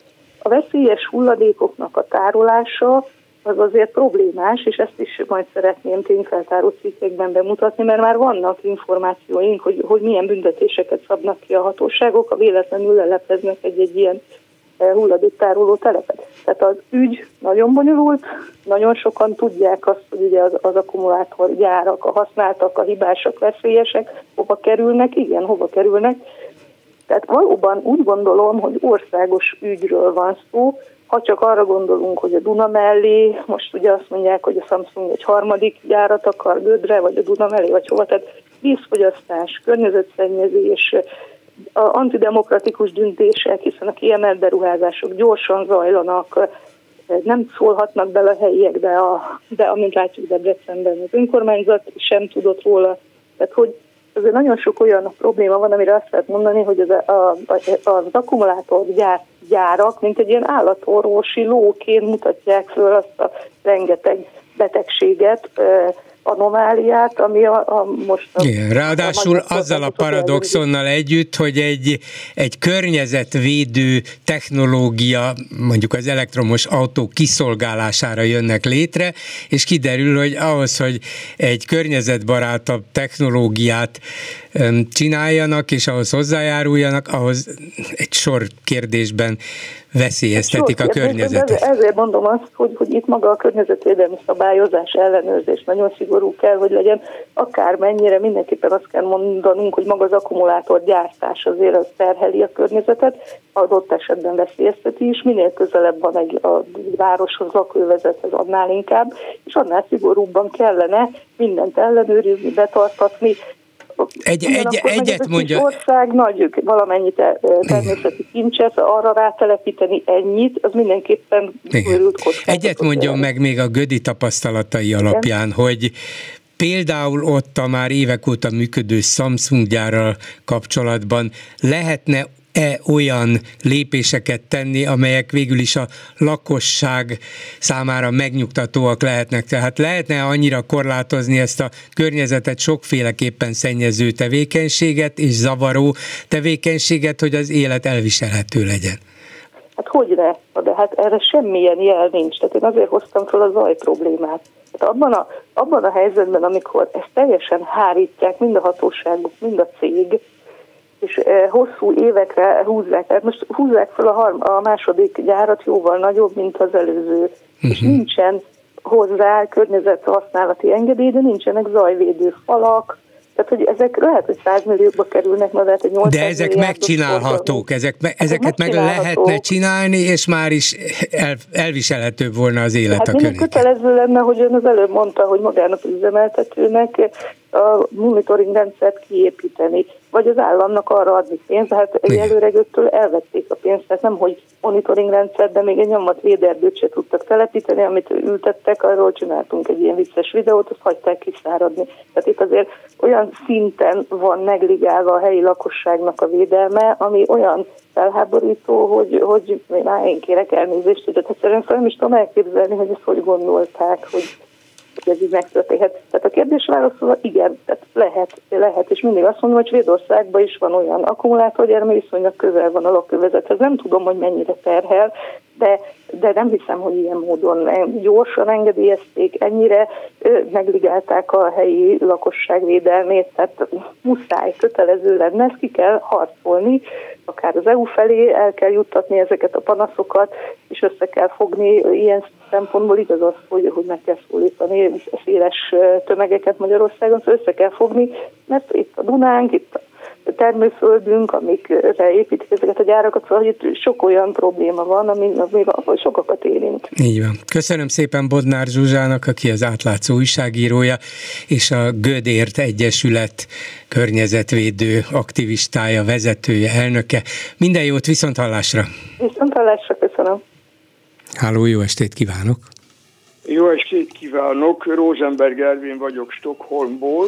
A veszélyes hulladékoknak a tárolása az azért problémás, és ezt is majd szeretném tényfeltáró cikkekben bemutatni, mert már vannak információink, hogy milyen büntetéseket szabnak ki a hatóságok, ha véletlenül lelepleznek egy ilyen hulladéktároló telepet. Tehát az ügy nagyon bonyolult, nagyon sokan tudják azt, hogy ugye az akkumulátorgyárak, a használtak, a hibásak, veszélyesek, hova kerülnek, igen, hova kerülnek. Tehát valóban úgy gondolom, hogy országos ügyről van szó, ha csak arra gondolunk, hogy a Duna mellé, most ugye azt mondják, hogy a Samsung egy harmadik gyárat akar Gödre, vagy a Duna mellé, vagy hova, tehát vízfogyasztás, környezetszennyezés, a antidemokratikus döntések, hiszen a kiemelt beruházások gyorsan zajlanak, nem szólhatnak bele a helyiek, de amint látjuk Debrecenben az önkormányzat sem tudott róla. Tehát, hogy azért nagyon sok olyan probléma van, amire azt lehet mondani, hogy az akkumulátorgyárak, mint egy ilyen állatorvosi lóként mutatják föl azt a rengeteg betegséget, anomáliát, ami most... Igen, ráadásul azzal a paradoxonnal együtt, hogy egy környezetvédő technológia, mondjuk az elektromos autó kiszolgálására jönnek létre, és kiderül, hogy ahhoz, hogy egy környezetbarátabb technológiát csináljanak, és ahhoz hozzájáruljanak, ahhoz egy sor kérdésben veszélyeztetik a környezetet. Ezért mondom azt, hogy itt maga a környezetvédelmi szabályozás, ellenőrzés nagyon szigorú kell, hogy legyen, akármennyire mindenképpen azt kell mondanunk, hogy maga az akkumulátorgyártás azért az terheli a környezetet, adott esetben veszélyezteti is, minél közelebb van a városhoz, lakóövezethez, annál inkább, és annál szigorúbban kellene mindent ellenőrizni, betartatni. Egyet mondja. Az ország nagy valamennyi természeti kincset, arra rátelepíteni ennyit, az mindenképpen őrült kockázatot. Egyet mondjon meg még a Gödi tapasztalatai alapján, hogy például ott a már évek óta működő Samsung gyárral kapcsolatban lehetne olyan lépéseket tenni, amelyek végül is a lakosság számára megnyugtatóak lehetnek. Tehát lehetne annyira korlátozni ezt a környezetet sokféleképpen szennyező tevékenységet és zavaró tevékenységet, hogy az élet elviselhető legyen? Hát hogyne? De hát erre semmilyen jel nincs. Tehát én azért hoztam fel a zaj problémát. Hát abban a helyzetben, amikor ezt teljesen hárítják mind a hatóságok, mind a cég, és hosszú évekre húzzák. Tehát most húzzák fel a második gyárat jóval nagyobb, mint az előző. És nincsen hozzá környezethasználati engedély, de nincsenek zajvédő falak. Tehát, hogy ezek lehet, hogy 100 milliókba kerülnek, de hát egy 800 De ezek megcsinálhatók, ezeket meg lehetne csinálni, és már is elviselhetőbb volna az élet a környéken. Kötelező lenne, hogy ön az előbb mondta, hogy magának az üzemeltetőnek a monitoring rendszert kiépíteni, vagy az államnak arra adni pénzt, hát egyelőre őktől elvették a pénzt, tehát nem, hogy monitoring rendszer, de még egy nyomvat véderdőt se tudtak telepíteni, amit ültettek, arról csináltunk egy ilyen vicces videót, azt hagyták kiszáradni. Tehát itt azért olyan szinten van negligálva a helyi lakosságnak a védelme, ami olyan felháborító, hogy én kérek elnézést, hogy egyszerűen nem is tudom elképzelni, hogy ezt hogy gondolták, hogy ez így megtörténhet. Tehát a kérdés válaszolva igen, tehát lehet, és mindig azt mondom, hogy Svédországban is van olyan akkumulátorgyár, ami viszonylag közel van a lakóvezethez. Nem tudom, hogy mennyire terhel, de nem hiszem, hogy ilyen módon gyorsan engedélyezték, ennyire negligálták a helyi lakosság védelmét, tehát muszáj, kötelező lenne, ezt ki kell harcolni, akár az EU felé el kell juttatni ezeket a panaszokat, és össze kell fogni ilyen szempontból, igaz az, hogy meg kell szólítani széles tömegeket Magyarországon, szóval össze kell fogni, mert itt a Dunánk, itt a termőföldünk, amikre építik ezeket a gyárakat, szóval itt sok olyan probléma van, ami sokakat érint. Így van. Köszönöm szépen Bodnár Zsuzsának, aki az Átlátszó újságírója, és a Gödért Egyesület környezetvédő aktivistája, vezetője, elnöke. Minden jót, viszonthallásra! Viszonthallásra, köszönöm! Háló, jó estét kívánok! Jó estét kívánok! Rosenberg Ervin vagyok Stockholmból.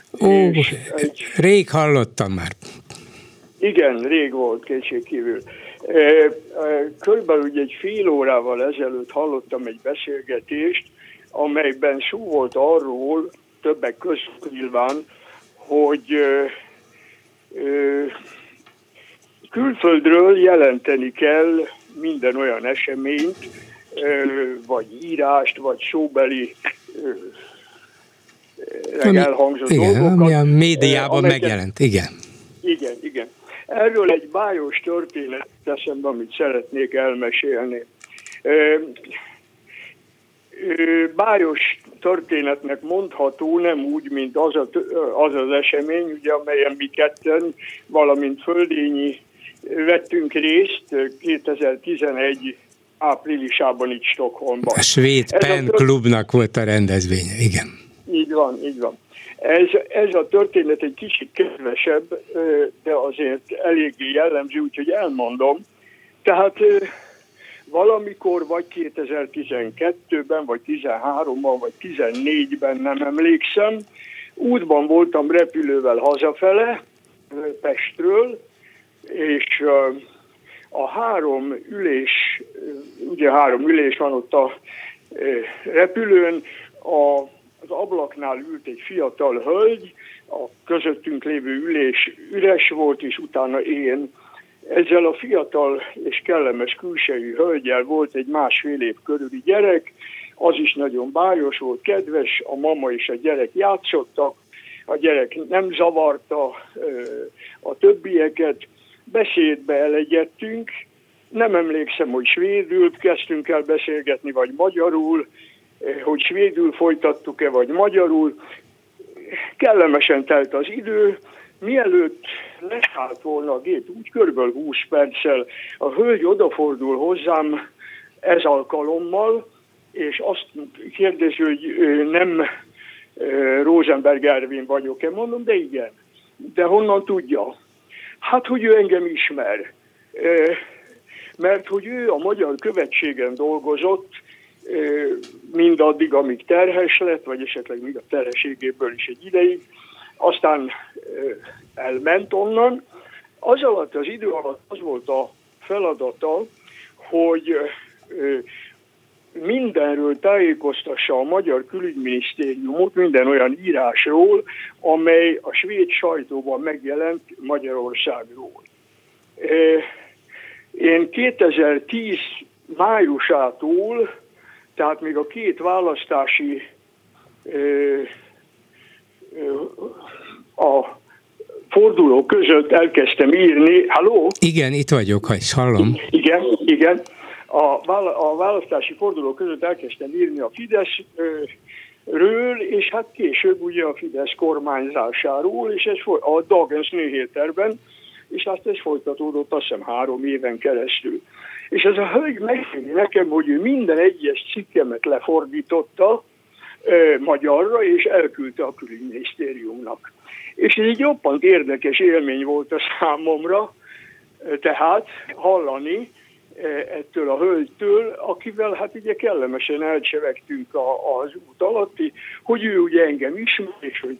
Rég hallottam már. Igen, rég volt, kétségkívül. Körülbelül ugye egy fél órával ezelőtt hallottam egy beszélgetést, amelyben szó volt arról, többek között nyilván, hogy külföldről jelenteni kell minden olyan eseményt, vagy írást, vagy szóbeli elhangzott dolgokat. Ami a médiában megjelent, igen. Igen. Erről egy bájos történet eszembe, amit szeretnék elmesélni. Bájos történetnek mondható, nem úgy, mint az az esemény, ugye, amelyen mi ketten, valamint Földényi vettünk részt 2011 áprilisában itt Stockholmban. A Svéd Pen klubnak volt a rendezvénye, igen. Így van. Ez a történet egy kicsit kedvesebb, de azért eléggé jellemző, úgyhogy elmondom. Tehát valamikor vagy 2012-ben, vagy 13-ban, vagy 14-ben, nem emlékszem, útban voltam repülővel hazafele, Pestről, és a három ülés van ott a repülőn, az ablaknál ült egy fiatal hölgy, a közöttünk lévő ülés üres volt, és utána én. Ezzel a fiatal és kellemes külsejű hölgyel volt egy 1,5 év körüli gyerek, az is nagyon bájos volt, kedves, a mama és a gyerek játszottak, a gyerek nem zavarta a többieket, beszédbe elegyedtünk, nem emlékszem, hogy svédül kezdtünk el beszélgetni, vagy magyarul, hogy svédül folytattuk-e, vagy magyarul. Kellemesen telt az idő, mielőtt leszállt volna a gép, úgy kb. 20 perccel a hölgy odafordul hozzám ez alkalommal, és azt kérdezi, hogy nem Rosenberg Ervin vagyok-e, mondom, de igen. De honnan tudja? Hát, hogy ő engem ismer. Mert hogy ő a Magyar Követségen dolgozott, mindaddig, amíg terhes lett, vagy esetleg még a terhességéből is egy ideig, aztán elment onnan. Az alatt, az idő alatt az volt a feladata, hogy mindenről tájékoztassa a Magyar Külügyminisztériumot, minden olyan írásról, amely a svéd sajtóban megjelent Magyarországról. Én 2010 májusától, tehát még a két választási a forduló között elkezdtem írni. Halló? Igen, itt vagyok, ha is hallom. Igen. A választási forduló között elkezdtem írni a Fideszről, és hát később ugye a Fidesz kormányzásáról, és ez a Dagens Nyheterben, és ez folytatódott azt hiszem 3 éven keresztül. És ez a hölgy megféli nekem, hogy ő minden egyes cikkemet lefordította magyarra, és elküldte a külügyminisztériumnak. És ez egy roppant érdekes élmény volt a számomra, tehát hallani ettől a hölgytől, akivel hát ugye kellemesen elcsevegtünk az út alatti, hogy ő ugye engem ismer,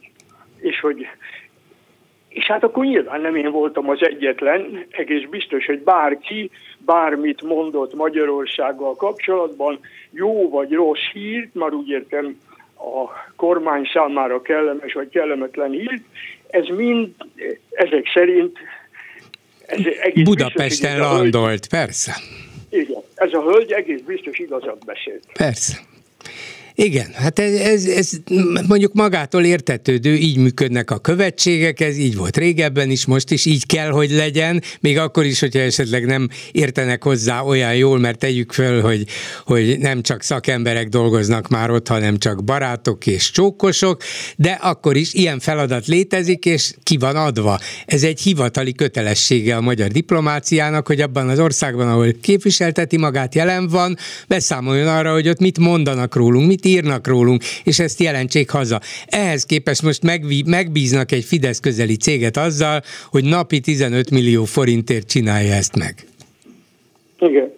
és hát akkor nyilván nem én voltam az egyetlen, egész biztos, hogy bárki bármit mondott Magyarországgal kapcsolatban, jó vagy rossz hírt, már úgy értem a kormány számára kellemes vagy kellemetlen hírt, ez mind ezek szerint Budapesten biztos, landolt, persze. Igen, ez a hölgy egész biztos igazat beszélt. Persze. Igen, hát ez mondjuk magától értetődő, így működnek a követségek, ez így volt régebben is, most is így kell, hogy legyen, még akkor is, hogyha esetleg nem értenek hozzá olyan jól, mert tegyük föl, hogy nem csak szakemberek dolgoznak már ott, hanem csak barátok és csókosok, de akkor is ilyen feladat létezik, és ki van adva. Ez egy hivatali kötelessége a magyar diplomáciának, hogy abban az országban, ahol képviselteti magát, jelen van, beszámoljon arra, hogy ott mit mondanak rólunk, mit írnak rólunk, és ezt jelentsék haza. Ehhez képest most megbíznak egy Fidesz közeli céget azzal, hogy napi 15 millió forintért csinálja ezt meg. Igen.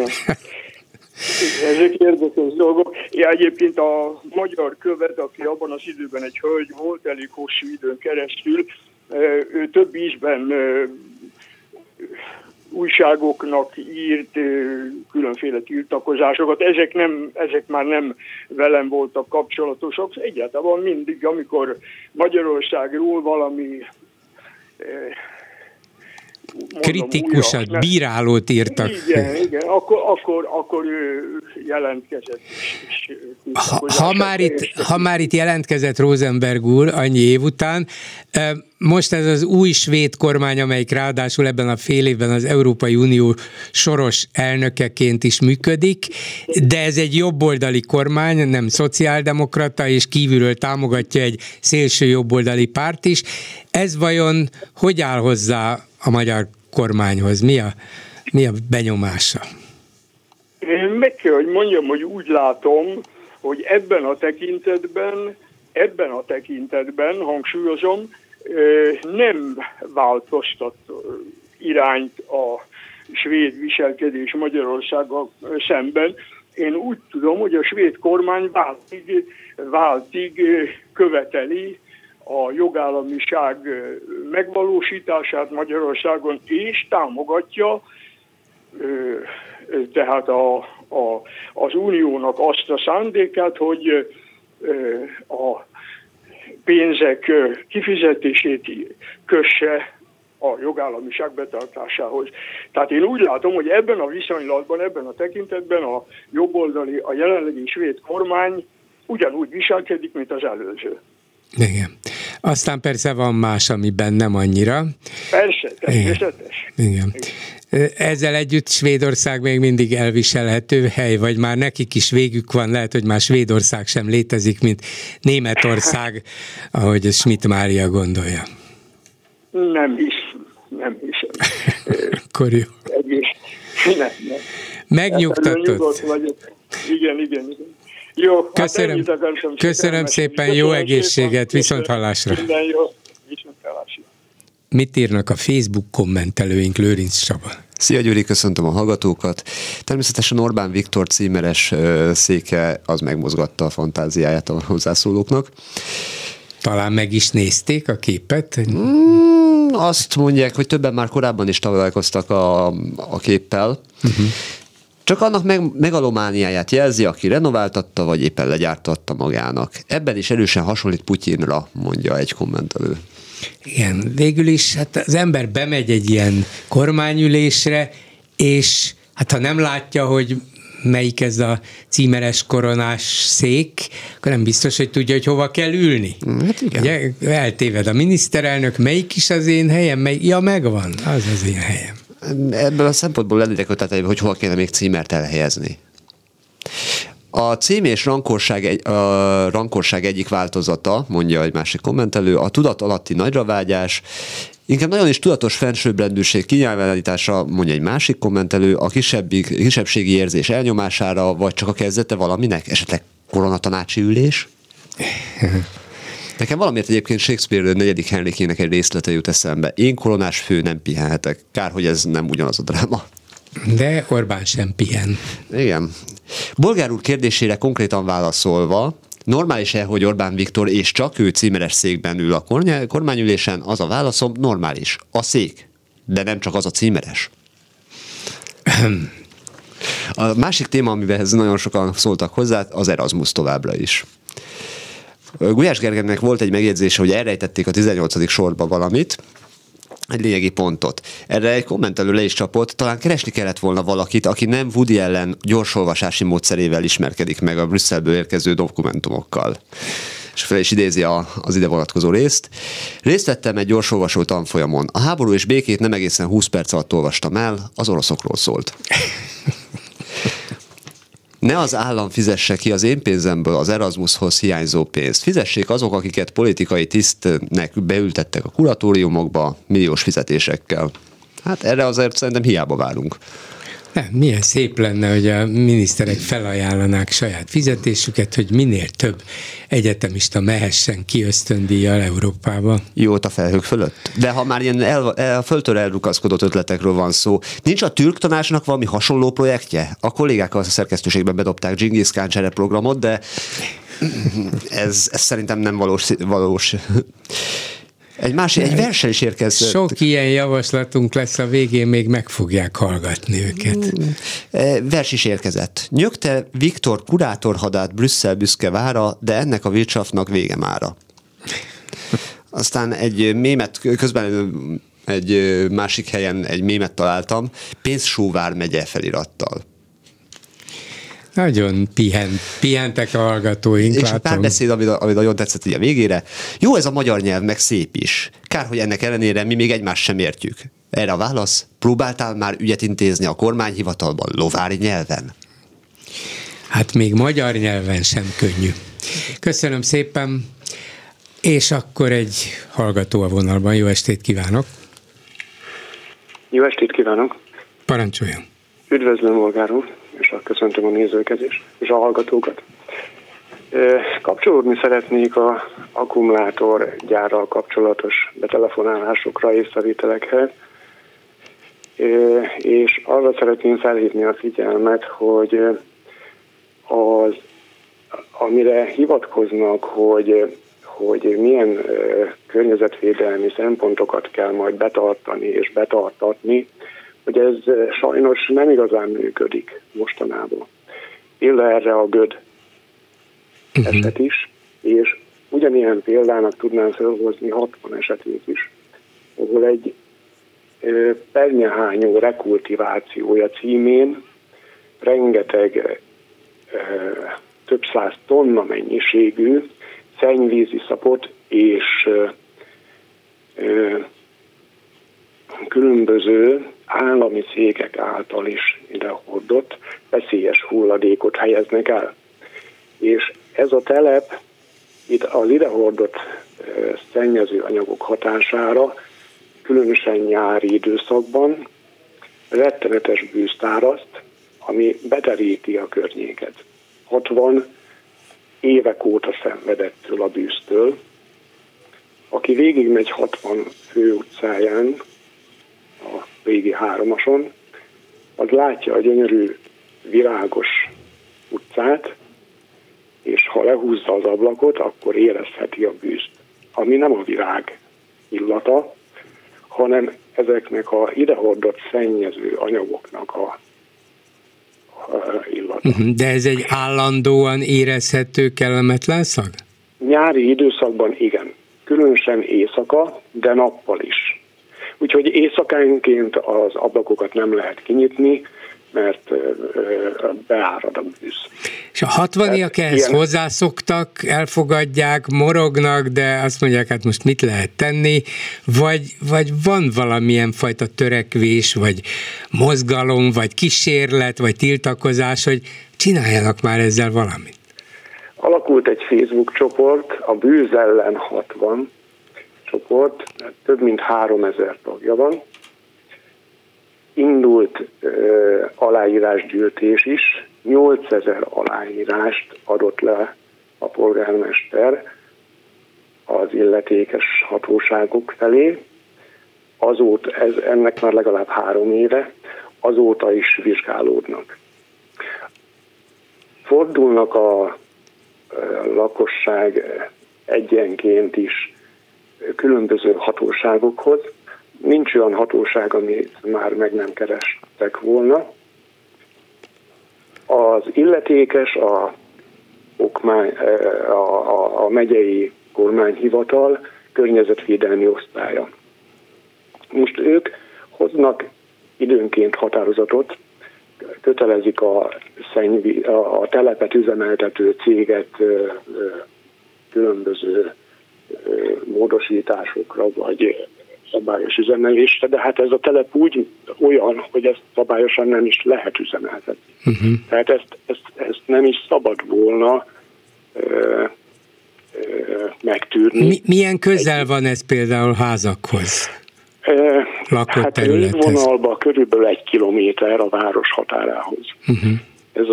Ezek érdekes dolgok. Egyébként a magyar követ, aki abban az időben egy hölgy volt, elég hosszú időn keresztül, ő több ízben újságoknak írt különféle tiltakozásokat. Ezek már nem velem voltak kapcsolatosak. Egyáltalán mindig, amikor Magyarországról valami kritikusat, bírálót írtak. Igen, akkor ő jelentkezett. Ha már itt jelentkezett Rosenberg úr annyi év után, most ez az új svéd kormány, amelyik ráadásul ebben a fél évben az Európai Unió soros elnökeként is működik, de ez egy jobboldali kormány, nem szociáldemokrata, és kívülről támogatja egy szélső jobboldali párt is. Ez vajon hogy áll hozzá a magyar kormányhoz? Mi a benyomása? Én meg kell, hogy mondjam, hogy úgy látom, hogy ebben a tekintetben, hangsúlyozom, nem változtat irányt a svéd viselkedés Magyarországgal szemben. Én úgy tudom, hogy a svéd kormány váltig követeli a jogállamiság megvalósítását Magyarországon, és támogatja tehát az uniónak azt a szándékát, hogy a pénzek kifizetését kösse a jogállamiság betartásához. Tehát én úgy látom, hogy ebben a viszonylatban, ebben a tekintetben a jobboldali, a jelenlegi svéd kormány ugyanúgy viselkedik, mint az előző. Igen. Aztán persze van más, amiben nem annyira. Persze, természetes. Igen. Ezzel együtt Svédország még mindig elviselhető hely, vagy már nekik is végük van, lehet, hogy már Svédország sem létezik, mint Németország, ahogy Schmidt Mária gondolja. Nem hiszem. Akkor jó. Nem. Megnyugtatott. Igen. Jó, köszönöm szépen, jó egészséget, viszonthallásra. Minden jó, viszonthallásra. Mit írnak a Facebook kommentelőink, Lőrinc Csaba? Szia Gyuri, köszöntöm a hallgatókat. Természetesen Orbán Viktor címeres széke az megmozgatta a fantáziáját a hozzászólóknak. Talán meg is nézték a képet? Azt mondják, hogy többen már korábban is találkoztak a képpel. Csak annak megalomániáját jelzi, aki renováltatta, vagy éppen legyártatta magának. Ebben is erősen hasonlít Putyinra, mondja egy kommentelő. Igen, végül is hát az ember bemegy egy ilyen kormányülésre, és hát ha nem látja, hogy melyik ez a címeres koronás szék, akkor nem biztos, hogy tudja, hogy hova kell ülni. Hát igen. Ugye, eltéved a miniszterelnök, melyik is az én helyem? Ja, megvan, az én helyem. Ebből a szempontból lennétek ötleteim, hogy hol kéne még címert elhelyezni. A cím és rankorság egyik változata, mondja egy másik kommentelő, a tudat alatti nagyravágyás, inkább nagyon is tudatos fensőbbrendűség kinyilvánítása, mondja egy másik kommentelő, a kisebbségi érzés elnyomására, vagy csak a kezdete valaminek, esetleg koronatanácsi ülés? Nekem valamiért egyébként Shakespeare 4. Henrikének egy részlete jut eszembe. Én koronás fő, nem pihenhetek. Kár, hogy ez nem ugyanaz a dráma. De Orbán sem pihen. Igen. Bolgár úr kérdésére konkrétan válaszolva, normális-e, hogy Orbán Viktor és csak ő címeres székben ül a kormányülésen? Az a válaszom, normális. A szék. De nem csak az a címeres. A másik téma, amiben nagyon sokan szóltak hozzá, az Erasmus továbbra is. Gulyás Gergelynek volt egy megjegyzése, hogy elrejtették a 18. sorba valamit, egy lényegi pontot. Erre egy kommentelő le is csapott, talán keresni kellett volna valakit, aki nem Woody Allen gyorsolvasási módszerével ismerkedik meg a Brüsszelből érkező dokumentumokkal. És fel is idézi az ide vonatkozó részt. Részt vettem egy gyorsolvasó tanfolyamon. A háború és békét nem egészen 20 perc alatt olvastam el, az oroszokról szólt. Ne az állam fizesse ki az én pénzemből az Erasmushoz hiányzó pénzt. Fizessék azok, akiket politikai tisztnek beültettek a kuratóriumokba milliós fizetésekkel. Hát erre azért szerintem hiába várunk. Nem, milyen szép lenne, hogy a miniszterek felajánlanák saját fizetésüket, hogy minél több egyetemista mehessen ki ösztöndíjjal Európába. Jót a felhők fölött. De ha már ilyen földtől elrugaszkodott ötletekről van szó, nincs a Türk Tanácsnak valami hasonló projektje? A kollégák a szerkesztőségben bedobták Dzsingisz Kán csereprogramot, de ez szerintem nem valós. Egy verseny is érkezett. Sok ilyen javaslatunk lesz, a végén még meg fogják hallgatni őket. Vers is érkezett. Nyögte Viktor kurátorhadát Brüsszel büszke vára, de ennek a Wirtschaftnak vége mára. Aztán egy mémet, közben egy másik helyen egy mémet találtam, Pénzsóvár megye felirattal. Nagyon pihentek a hallgatóink. És a párbeszéd, ami nagyon tetszett így a végére. Jó ez a magyar nyelv, meg szép is. Kár, hogy ennek ellenére mi még egymást sem értjük. Erre a válasz, próbáltál már ügyet intézni a kormányhivatalban lovári nyelven? Hát még magyar nyelven sem könnyű. Köszönöm szépen, és akkor egy hallgató a vonalban. Jó estét kívánok! Jó estét kívánok! Parancsoljon! Üdvözlöm, Bolgár úr, és köszöntöm a nézőket is, és a hallgatókat. Kapcsolódni szeretnék az akkumulátorgyárral kapcsolatos betelefonálásokra, észrevételekhez, és arra szeretném felhívni a figyelmet, hogy amire hivatkoznak, hogy milyen környezetvédelmi szempontokat kell majd betartani és betartatni, hogy ez sajnos nem igazán működik mostanában. Például erre a göd eset is, és ugyanilyen példának tudnám felhozni 60 esetét is, ahol egy pernyehányó rekultivációja címén rengeteg több száz tonna mennyiségű szennyvíziszapot és különböző állami cégek által is idehordott veszélyes hulladékot helyeznek el. És ez a telep itt az idehordott szennyező anyagok hatására, különösen nyári időszakban rettenetes bűzt áraszt, ami beteríti a környéket. 60 évek óta szenvedettől a bűztől. Aki végigmegy 60 főutcáján, a régi Háromason, az látja a gyönyörű, virágos utcát, és ha lehúzza az ablakot, akkor érezheti a bűzt. Ami nem a virág illata, hanem ezeknek a idehordott szennyező anyagoknak a illata. De ez egy állandóan érezhető kellemetlen szag? Nyári időszakban igen. Különösen éjszaka, de nappal is. Úgyhogy éjszakánként az ablakokat nem lehet kinyitni, beárad a bűz. És a 60-iak ehhez hozzászoktak, elfogadják, morognak, de azt mondják, hát most mit lehet tenni, vagy van valamilyen fajta törekvés, vagy mozgalom, vagy kísérlet, vagy tiltakozás, hogy csináljanak már ezzel valamit. Alakult egy Facebook csoport, a Bűz ellen 60 csoport, több mint 3000 tagja van. Indult aláírásgyűjtés is, 8000 aláírást adott le a polgármester az illetékes hatóságok felé. Azóta, ennek már legalább 3 éve, azóta is vizsgálódnak. Fordulnak a lakosság egyenként is különböző hatóságokhoz. Nincs olyan hatóság, amit már meg nem kerestek volna. Az illetékes a megyei kormányhivatal környezetvédelmi osztálya. Most ők hoznak időnként határozatot, kötelezik a telepet üzemeltető céget különböző módosításokra, vagy szabályos üzemelésre, de hát ez a telep olyan, hogy ezt szabályosan nem is lehet üzemeltetni. Tehát ezt nem is szabad volna megtűrni. Milyen közel van ez például házakhoz? Hát légvonalban körülbelül 1 kilométer a város határához. Ez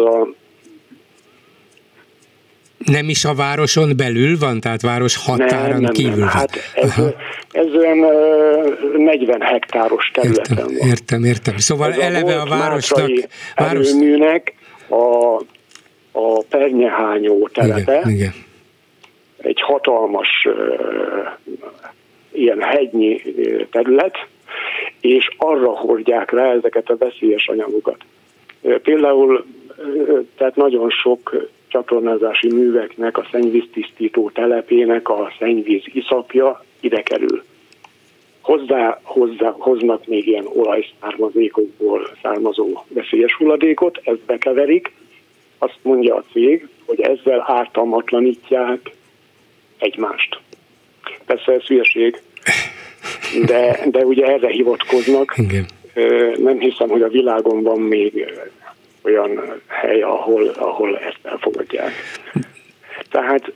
nem is a városon belül van, tehát város határán kívül van? Hát ez olyan 40 hektáros területen van. Értem. Szóval ez eleve a városnak... erőműnek a pernyehányó telepe, igen. Egy hatalmas ilyen hegynyi terület, és arra hordják rá ezeket a veszélyes anyagokat. Például tehát nagyon sok csatornázási műveknek, a szennyvíztisztító telepének a szennyvíz iszapja ide kerül. Hoznak még ilyen olajszármazékokból származó veszélyes hulladékot, ezt bekeverik, azt mondja a cég, hogy ezzel ártalmatlanítják egymást. Persze ez hülyeség, de ugye erre hivatkoznak. Igen. Nem hiszem, hogy a világon van még olyan hely, ahol ezt elfogadják. Tehát...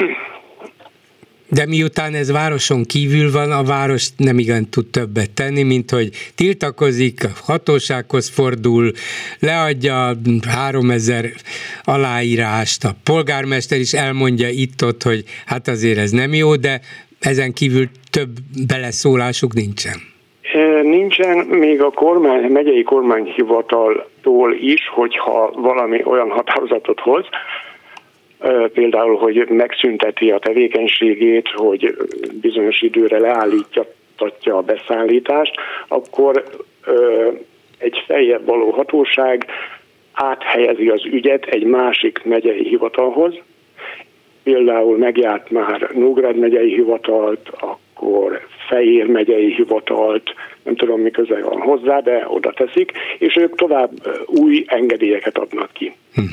De miután ez városon kívül van, a város nem igen tud többet tenni, mint hogy tiltakozik, a hatósághoz fordul, leadja 3000 aláírást, a polgármester is elmondja itt-ott, hogy hát azért ez nem jó, de ezen kívül több beleszólásuk nincsen. Nincsen, még a megyei kormányhivataltól is, hogyha valami olyan határozatot hoz, például, hogy megszünteti a tevékenységét, hogy bizonyos időre leállítja a beszállítást, akkor egy feljebb való hatóság áthelyezi az ügyet egy másik megyei hivatalhoz. Például megjárt már Nógrád megyei hivatalt, akkor Fejér megyei hivatalt, nem tudom mi közel van hozzá, de oda teszik, és ők tovább új engedélyeket adnak ki.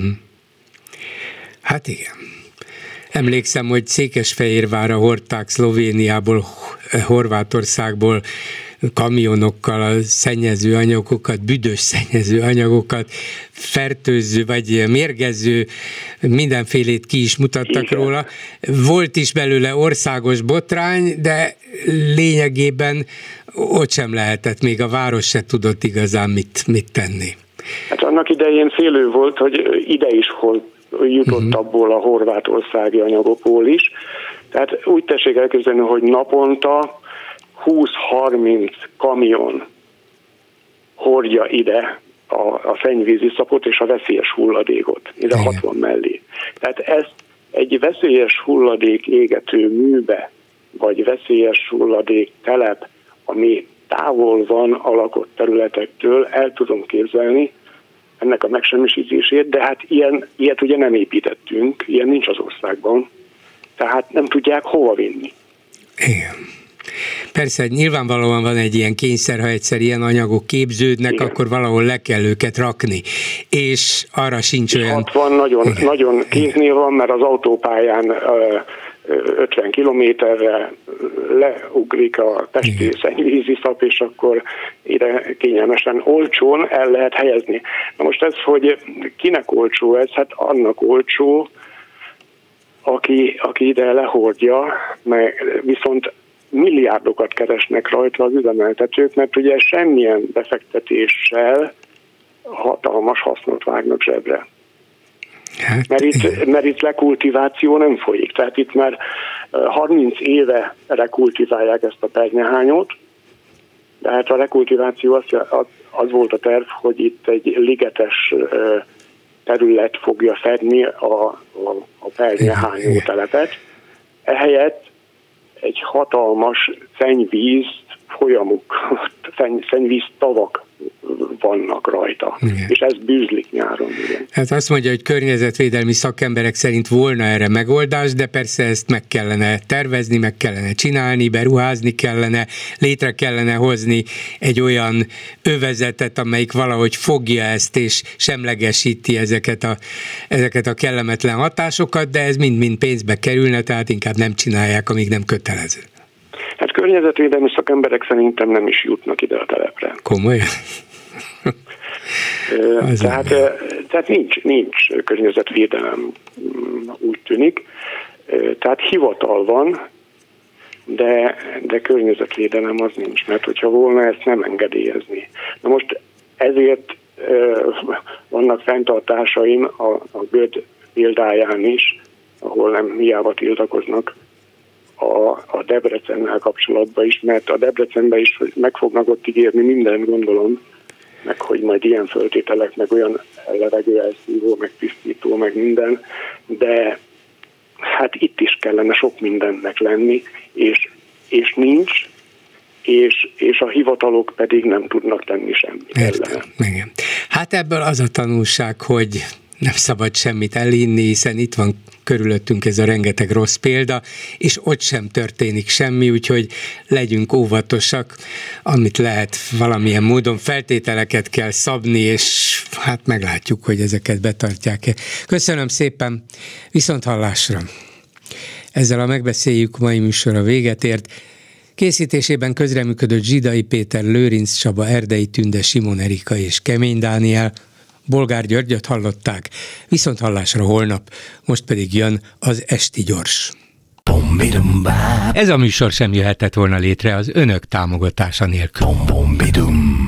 Hát igen. Emlékszem, hogy Székesfehérvárra hordták Szlovéniából, Horvátországból kamionokkal a szennyező anyagokat, büdös szennyező anyagokat, fertőző vagy mérgező, mindenfélét ki is mutattak igen. róla. Volt is belőle országos botrány, de lényegében ott sem lehetett, még a város se tudott igazán mit tenni. Hát annak idején félő volt, hogy ide is jutott abból a horvátországi anyagokból is. Tehát úgy tessék elképzelni, hogy naponta 20-30 kamion hordja ide a szennyvíziszapot és a veszélyes hulladékot, ide 60 mellé. Tehát ezt egy veszélyes hulladék égető műbe, vagy veszélyes hulladék telep, ami távol van a lakott területektől, el tudom képzelni ennek a megsemmisítését, de hát ilyet ugye nem építettünk, ilyen nincs az országban, tehát nem tudják hova vinni. Igen. Persze, nyilvánvalóan van egy ilyen kényszer, ha egyszer ilyen anyagok képződnek, igen, akkor valahol le kell őket rakni. És arra sincs olyan... 60 nagyon kéznél van, mert az autópályán 50 kilométerre leugrik a testi szennyvíziszap, és akkor ide kényelmesen, olcsón el lehet helyezni. Na most ez, hogy kinek olcsó ez? Hát annak olcsó, aki ide lehordja, meg viszont milliárdokat keresnek rajta az üzemeltetők, mert ugye semmilyen befektetéssel hatalmas hasznot vágnak zsebre. Hát, mert itt rekultiváció nem folyik. Tehát itt már 30 éve rekultiválják ezt a pernyehányót, de hát a rekultiváció az volt a terv, hogy itt egy ligetes terület fogja fedni a pernyehányó telepet. Ehelyett egy hatalmas szennyvíz folyamuk, szennyvíz tavak vannak rajta, igen, és ez bűzlik nyáron. Igen. Hát azt mondja, hogy környezetvédelmi szakemberek szerint volna erre megoldás, de persze ezt meg kellene tervezni, meg kellene csinálni, beruházni kellene, létre kellene hozni egy olyan övezetet, amelyik valahogy fogja ezt és semlegesíti ezeket a kellemetlen hatásokat, de ez mind-mind pénzbe kerülne, tehát inkább nem csinálják, amíg nem kötelező. Hát környezetvédelmi szakemberek szerintem nem is jutnak ide a telepre. Komolyan? Tehát nincs környezetvédelem, úgy tűnik. Tehát hivatal van, de környezetvédelem az nincs, mert hogyha volna, ezt nem engedélyezni. Na most ezért vannak fenntartásaim a Göd példáján is, ahol nem hiába tiltakoznak a Debrecennel kapcsolatban is, mert a Debrecenben is meg fognak ott ígérni mindent, gondolom, meg hogy majd ilyen föltételek, meg olyan levegőelszívó, meg tisztító, meg minden, de hát itt is kellene sok mindennek lenni, és nincs, és a hivatalok pedig nem tudnak tenni semmit ellene. Igen. Hát ebből az a tanulság, hogy nem szabad semmit elinni, hiszen itt van körülöttünk ez a rengeteg rossz példa, és ott sem történik semmi, úgyhogy legyünk óvatosak, amit lehet valamilyen módon feltételeket kell szabni, és hát meglátjuk, hogy ezeket betartják-e. Köszönöm szépen, viszonthallásra! Ezzel a Megbeszéljük mai műsora véget ért. Készítésében közreműködött Zsidai Péter, Lőrinc Csaba, Erdei Tünde, Simon Erika és Kemény Dániel. Bolgár Györgyöt hallották, viszonthallásra holnap, most pedig jön az Esti Gyors. Ez a műsor sem jöhetett volna létre az önök támogatása nélkül.